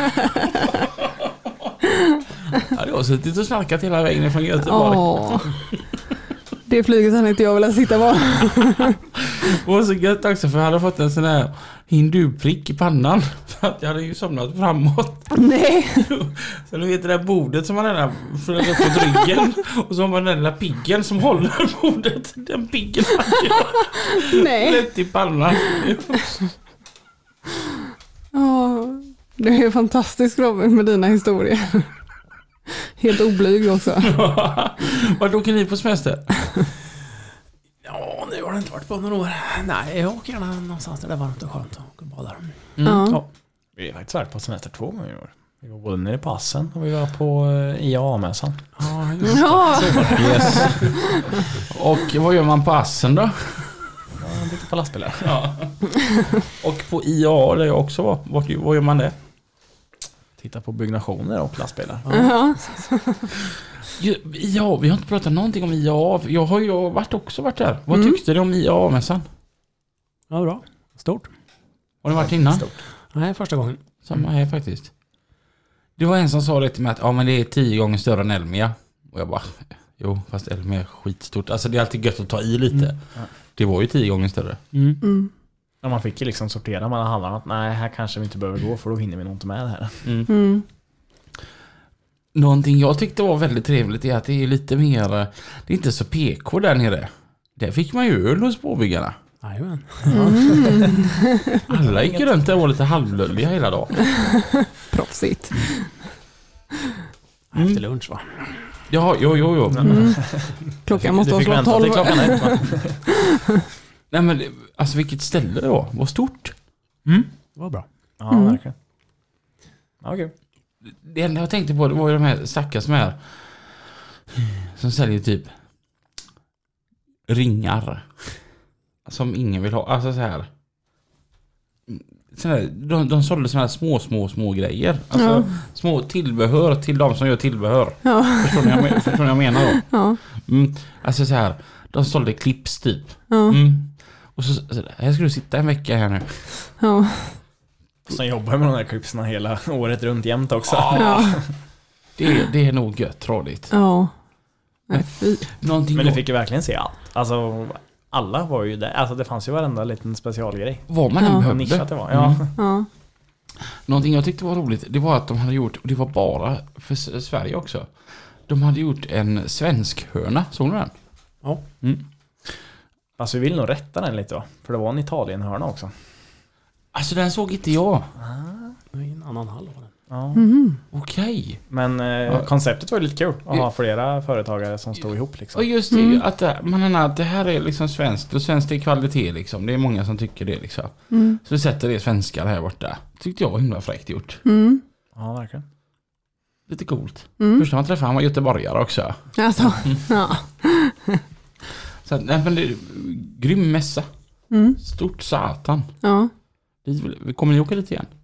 Ja, jag har suttit och snarkat hela vägen från Göteborg. Åh. Det flyget hade inte jag velat sitta på. Det var så gött också för jag hade fått en sån här hinduprick i pannan. För att jag hade ju somnat framåt. Nej. Så du vet det där bordet som man har där följer upp på ryggen. Och så har man den lilla piggen som håller bordet. Den piggen hade jag Nej. lätt i pannan. Ja. Du är fantastisk Robin med dina historier. Helt oblyg också. Vart åker ni på semester? Ja, nu har det inte varit på några år. Nej, jag åker gärna någonstans där det är varmt och skönt och badar. Mm. Ja. Ja. Vi har faktiskt varit på semester två gånger i år. Vi var både nere på Assen och vi var på eh, I A A-mässan. Ja, just det. Ja. Yes. Och vad gör man på Assen då? Ja, lite på lastbilar. Ja. Och på I A A där jag också var. Vart, vad gör man det? Titta på byggnationer och lastbilar. Ja. Ja, vi har inte pratat någonting om I A A. Jag har ju varit också varit där. Vad Mm. tyckte du om I A A-mässan? Ja, bra. Stort. Har du varit innan? Stort. Nej, första gången. Samma här faktiskt. Det var en som sa det till mig att ja, men det är tio gånger större än Elmia. Och jag bara, jo, fast Elmia är skitstort. Alltså det är alltid gött att ta i lite. Mm. Det var ju tio gånger större. Mm. Mm. Ja, man fick ju liksom sortera mellan hallarna. Att nej, här kanske vi inte behöver gå för då hinner vi nog inte med det här. Mm. Mm. Någonting jag tyckte var väldigt trevligt är att det är lite mer, det är inte så P K där nere. Där fick man ju öl hos påbyggarna. Jajamän. Mm. Alla gick runt där och var lite halvlulliga hela dagen. Proffsigt. Efter lunch va? Ja, jo, jo, jo. Mm. Klockan måste Du ha fick slått vänta tolv. till klockan ett, va? Nej men, det- alltså vilket ställe det var. Vad stort. Mm. Det var bra. Ja, Mm. verkligen. Ja, okej. Det enda jag tänkte på det var ju de här stackars som är som säljer typ ringar som ingen vill ha. Alltså så här. Så här de, de sålde såna här små, små, små grejer. Alltså Ja. små tillbehör till de som gör tillbehör. Ja. Förstår ni vad jag, förstår ni vad jag menar då? Ja. Mm. Alltså så här. De sålde clips typ. Ja. Mm. Och så, så här ska du sitta en vecka här nu. Ja. Som jobbar med de här clipsarna hela året runt jämt också. Ja. Det, är- det är nog gött trådigt. Ja. Nej, fy. Någonting Men du jag- fick ju verkligen se allt. Alltså, alla var ju där. Alltså det fanns ju varenda liten specialgrej. vad man än Ja. Hur behövde. nischat det var. Ja. Mm. Ja. Någonting jag tyckte var roligt, det var att de hade gjort, och det var bara för S- Sverige också. De hade gjort en svensk hörna, såg du den? Ja. Mm. Alltså vi vill nog rätta den lite då. För det var en Italien-hörna också. Alltså den såg inte jag. Det är en annan hall var den. Ja. Mhm. Okej. Men eh, Ja. konceptet var ju lite kul. Att ha flera företagare som stod ihop liksom. Och just det, Mm. att det, man menar att det här är liksom svenskt, och svenskt är kvalitet liksom. Det är många som tycker det liksom. Mm. Så vi sätter det svenskar här borta. Tyckte jag var himla fräckt gjort. Mm. Ja, verkligen. Lite coolt. Mm. Första man träffade han var göteborgare också. Alltså. Ja. Så att, nej men det är grym mässa. Mm. Stort satan. Ja. Vi, vi kommer ni åka lite igen?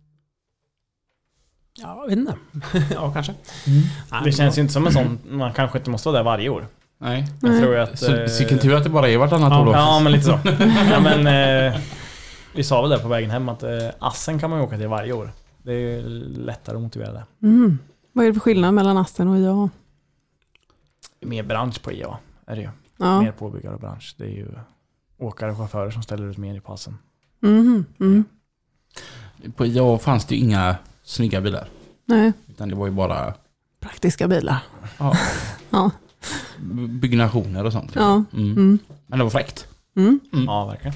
Ja, jag vet inte. Ja, kanske. Nej, Det känns bra. ju inte som en sån, man kanske inte måste vara där varje år. Nej. Jag Nej. tror ju att... Så eh, vilken tur att det bara är vartannat Ja, år då. Ja, men lite så. Ja, men, eh, vi sa väl det på vägen hem att eh, Assen kan man ju åka till varje år. Det är ju lättare att motivera det. Mm. Vad är det för skillnad mellan Asten och I A? Mer bransch på I A är det ju. Ja. Mer påbyggare och bransch. Det är ju åkare och chaufförer som ställer ut mer i passen. Mhm. Mm. På I A fanns det ju inga snygga bilar. Nej. Utan det var ju bara Praktiska bilar. ja, Ja. byggnationer och sånt. Ja. Mm. Mm. Men det var fräckt. Mm. Mm. Ja, verkligen.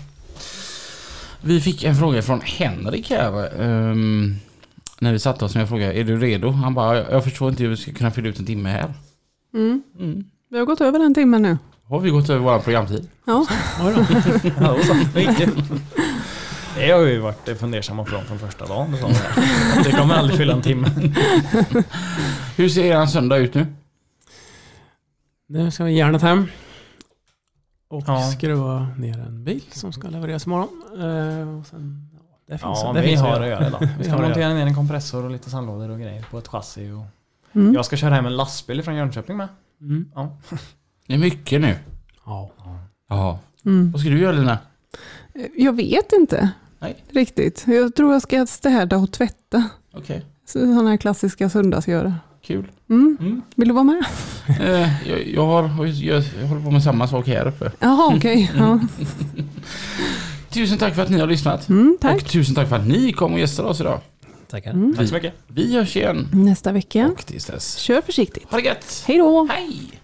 Vi fick en fråga från Henrik här. ehm, när vi satte oss och jag frågade, är du redo? Han bara, jag förstår inte hur vi ska kunna fylla ut en timme här. Mm. Mm. Vi har gått över en timme nu. Har vi gått över vår programtid? Ja. Oj då. Ja, och så. Riktigt. Det har ju varit fundersamma från från första dagen. Det, sa jag. Det kommer aldrig fylla en timme. Hur ser er söndag ut nu? Nu ska vi gärna hem. Och Ja. skruva ner en bil som ska levereras imorgon. Uh, och sen, ja, det finns, Ja, det vi finns har att att göra. göra idag. Vi Vi ska har att montera ner en kompressor och lite sandlådor och grejer på ett chassi. Och Mm. jag ska köra hem en lastbil från Jönköping med. Mm. Ja. Det är mycket nu. Ja. Ja. Mm. Vad ska du göra, Lina? Jag vet inte Nej. riktigt. Jag tror jag ska städa och tvätta. Okej, Sådana här klassiska söndagsgöra. kul. Mm. Mm. Vill du vara med? Eh, jag, jag, har, jag, jag håller på med samma sak här uppe. Jaha, okej. Ja. Tusen tack för att ni har lyssnat. Mm, tack. Och tusen tack för att ni kom och gästade oss idag. Tackar. Mm. Tack så mycket. Vi hörs igen. Nästa vecka. Och tills dess. Kör försiktigt. Ha det gött. Hej då! Hej!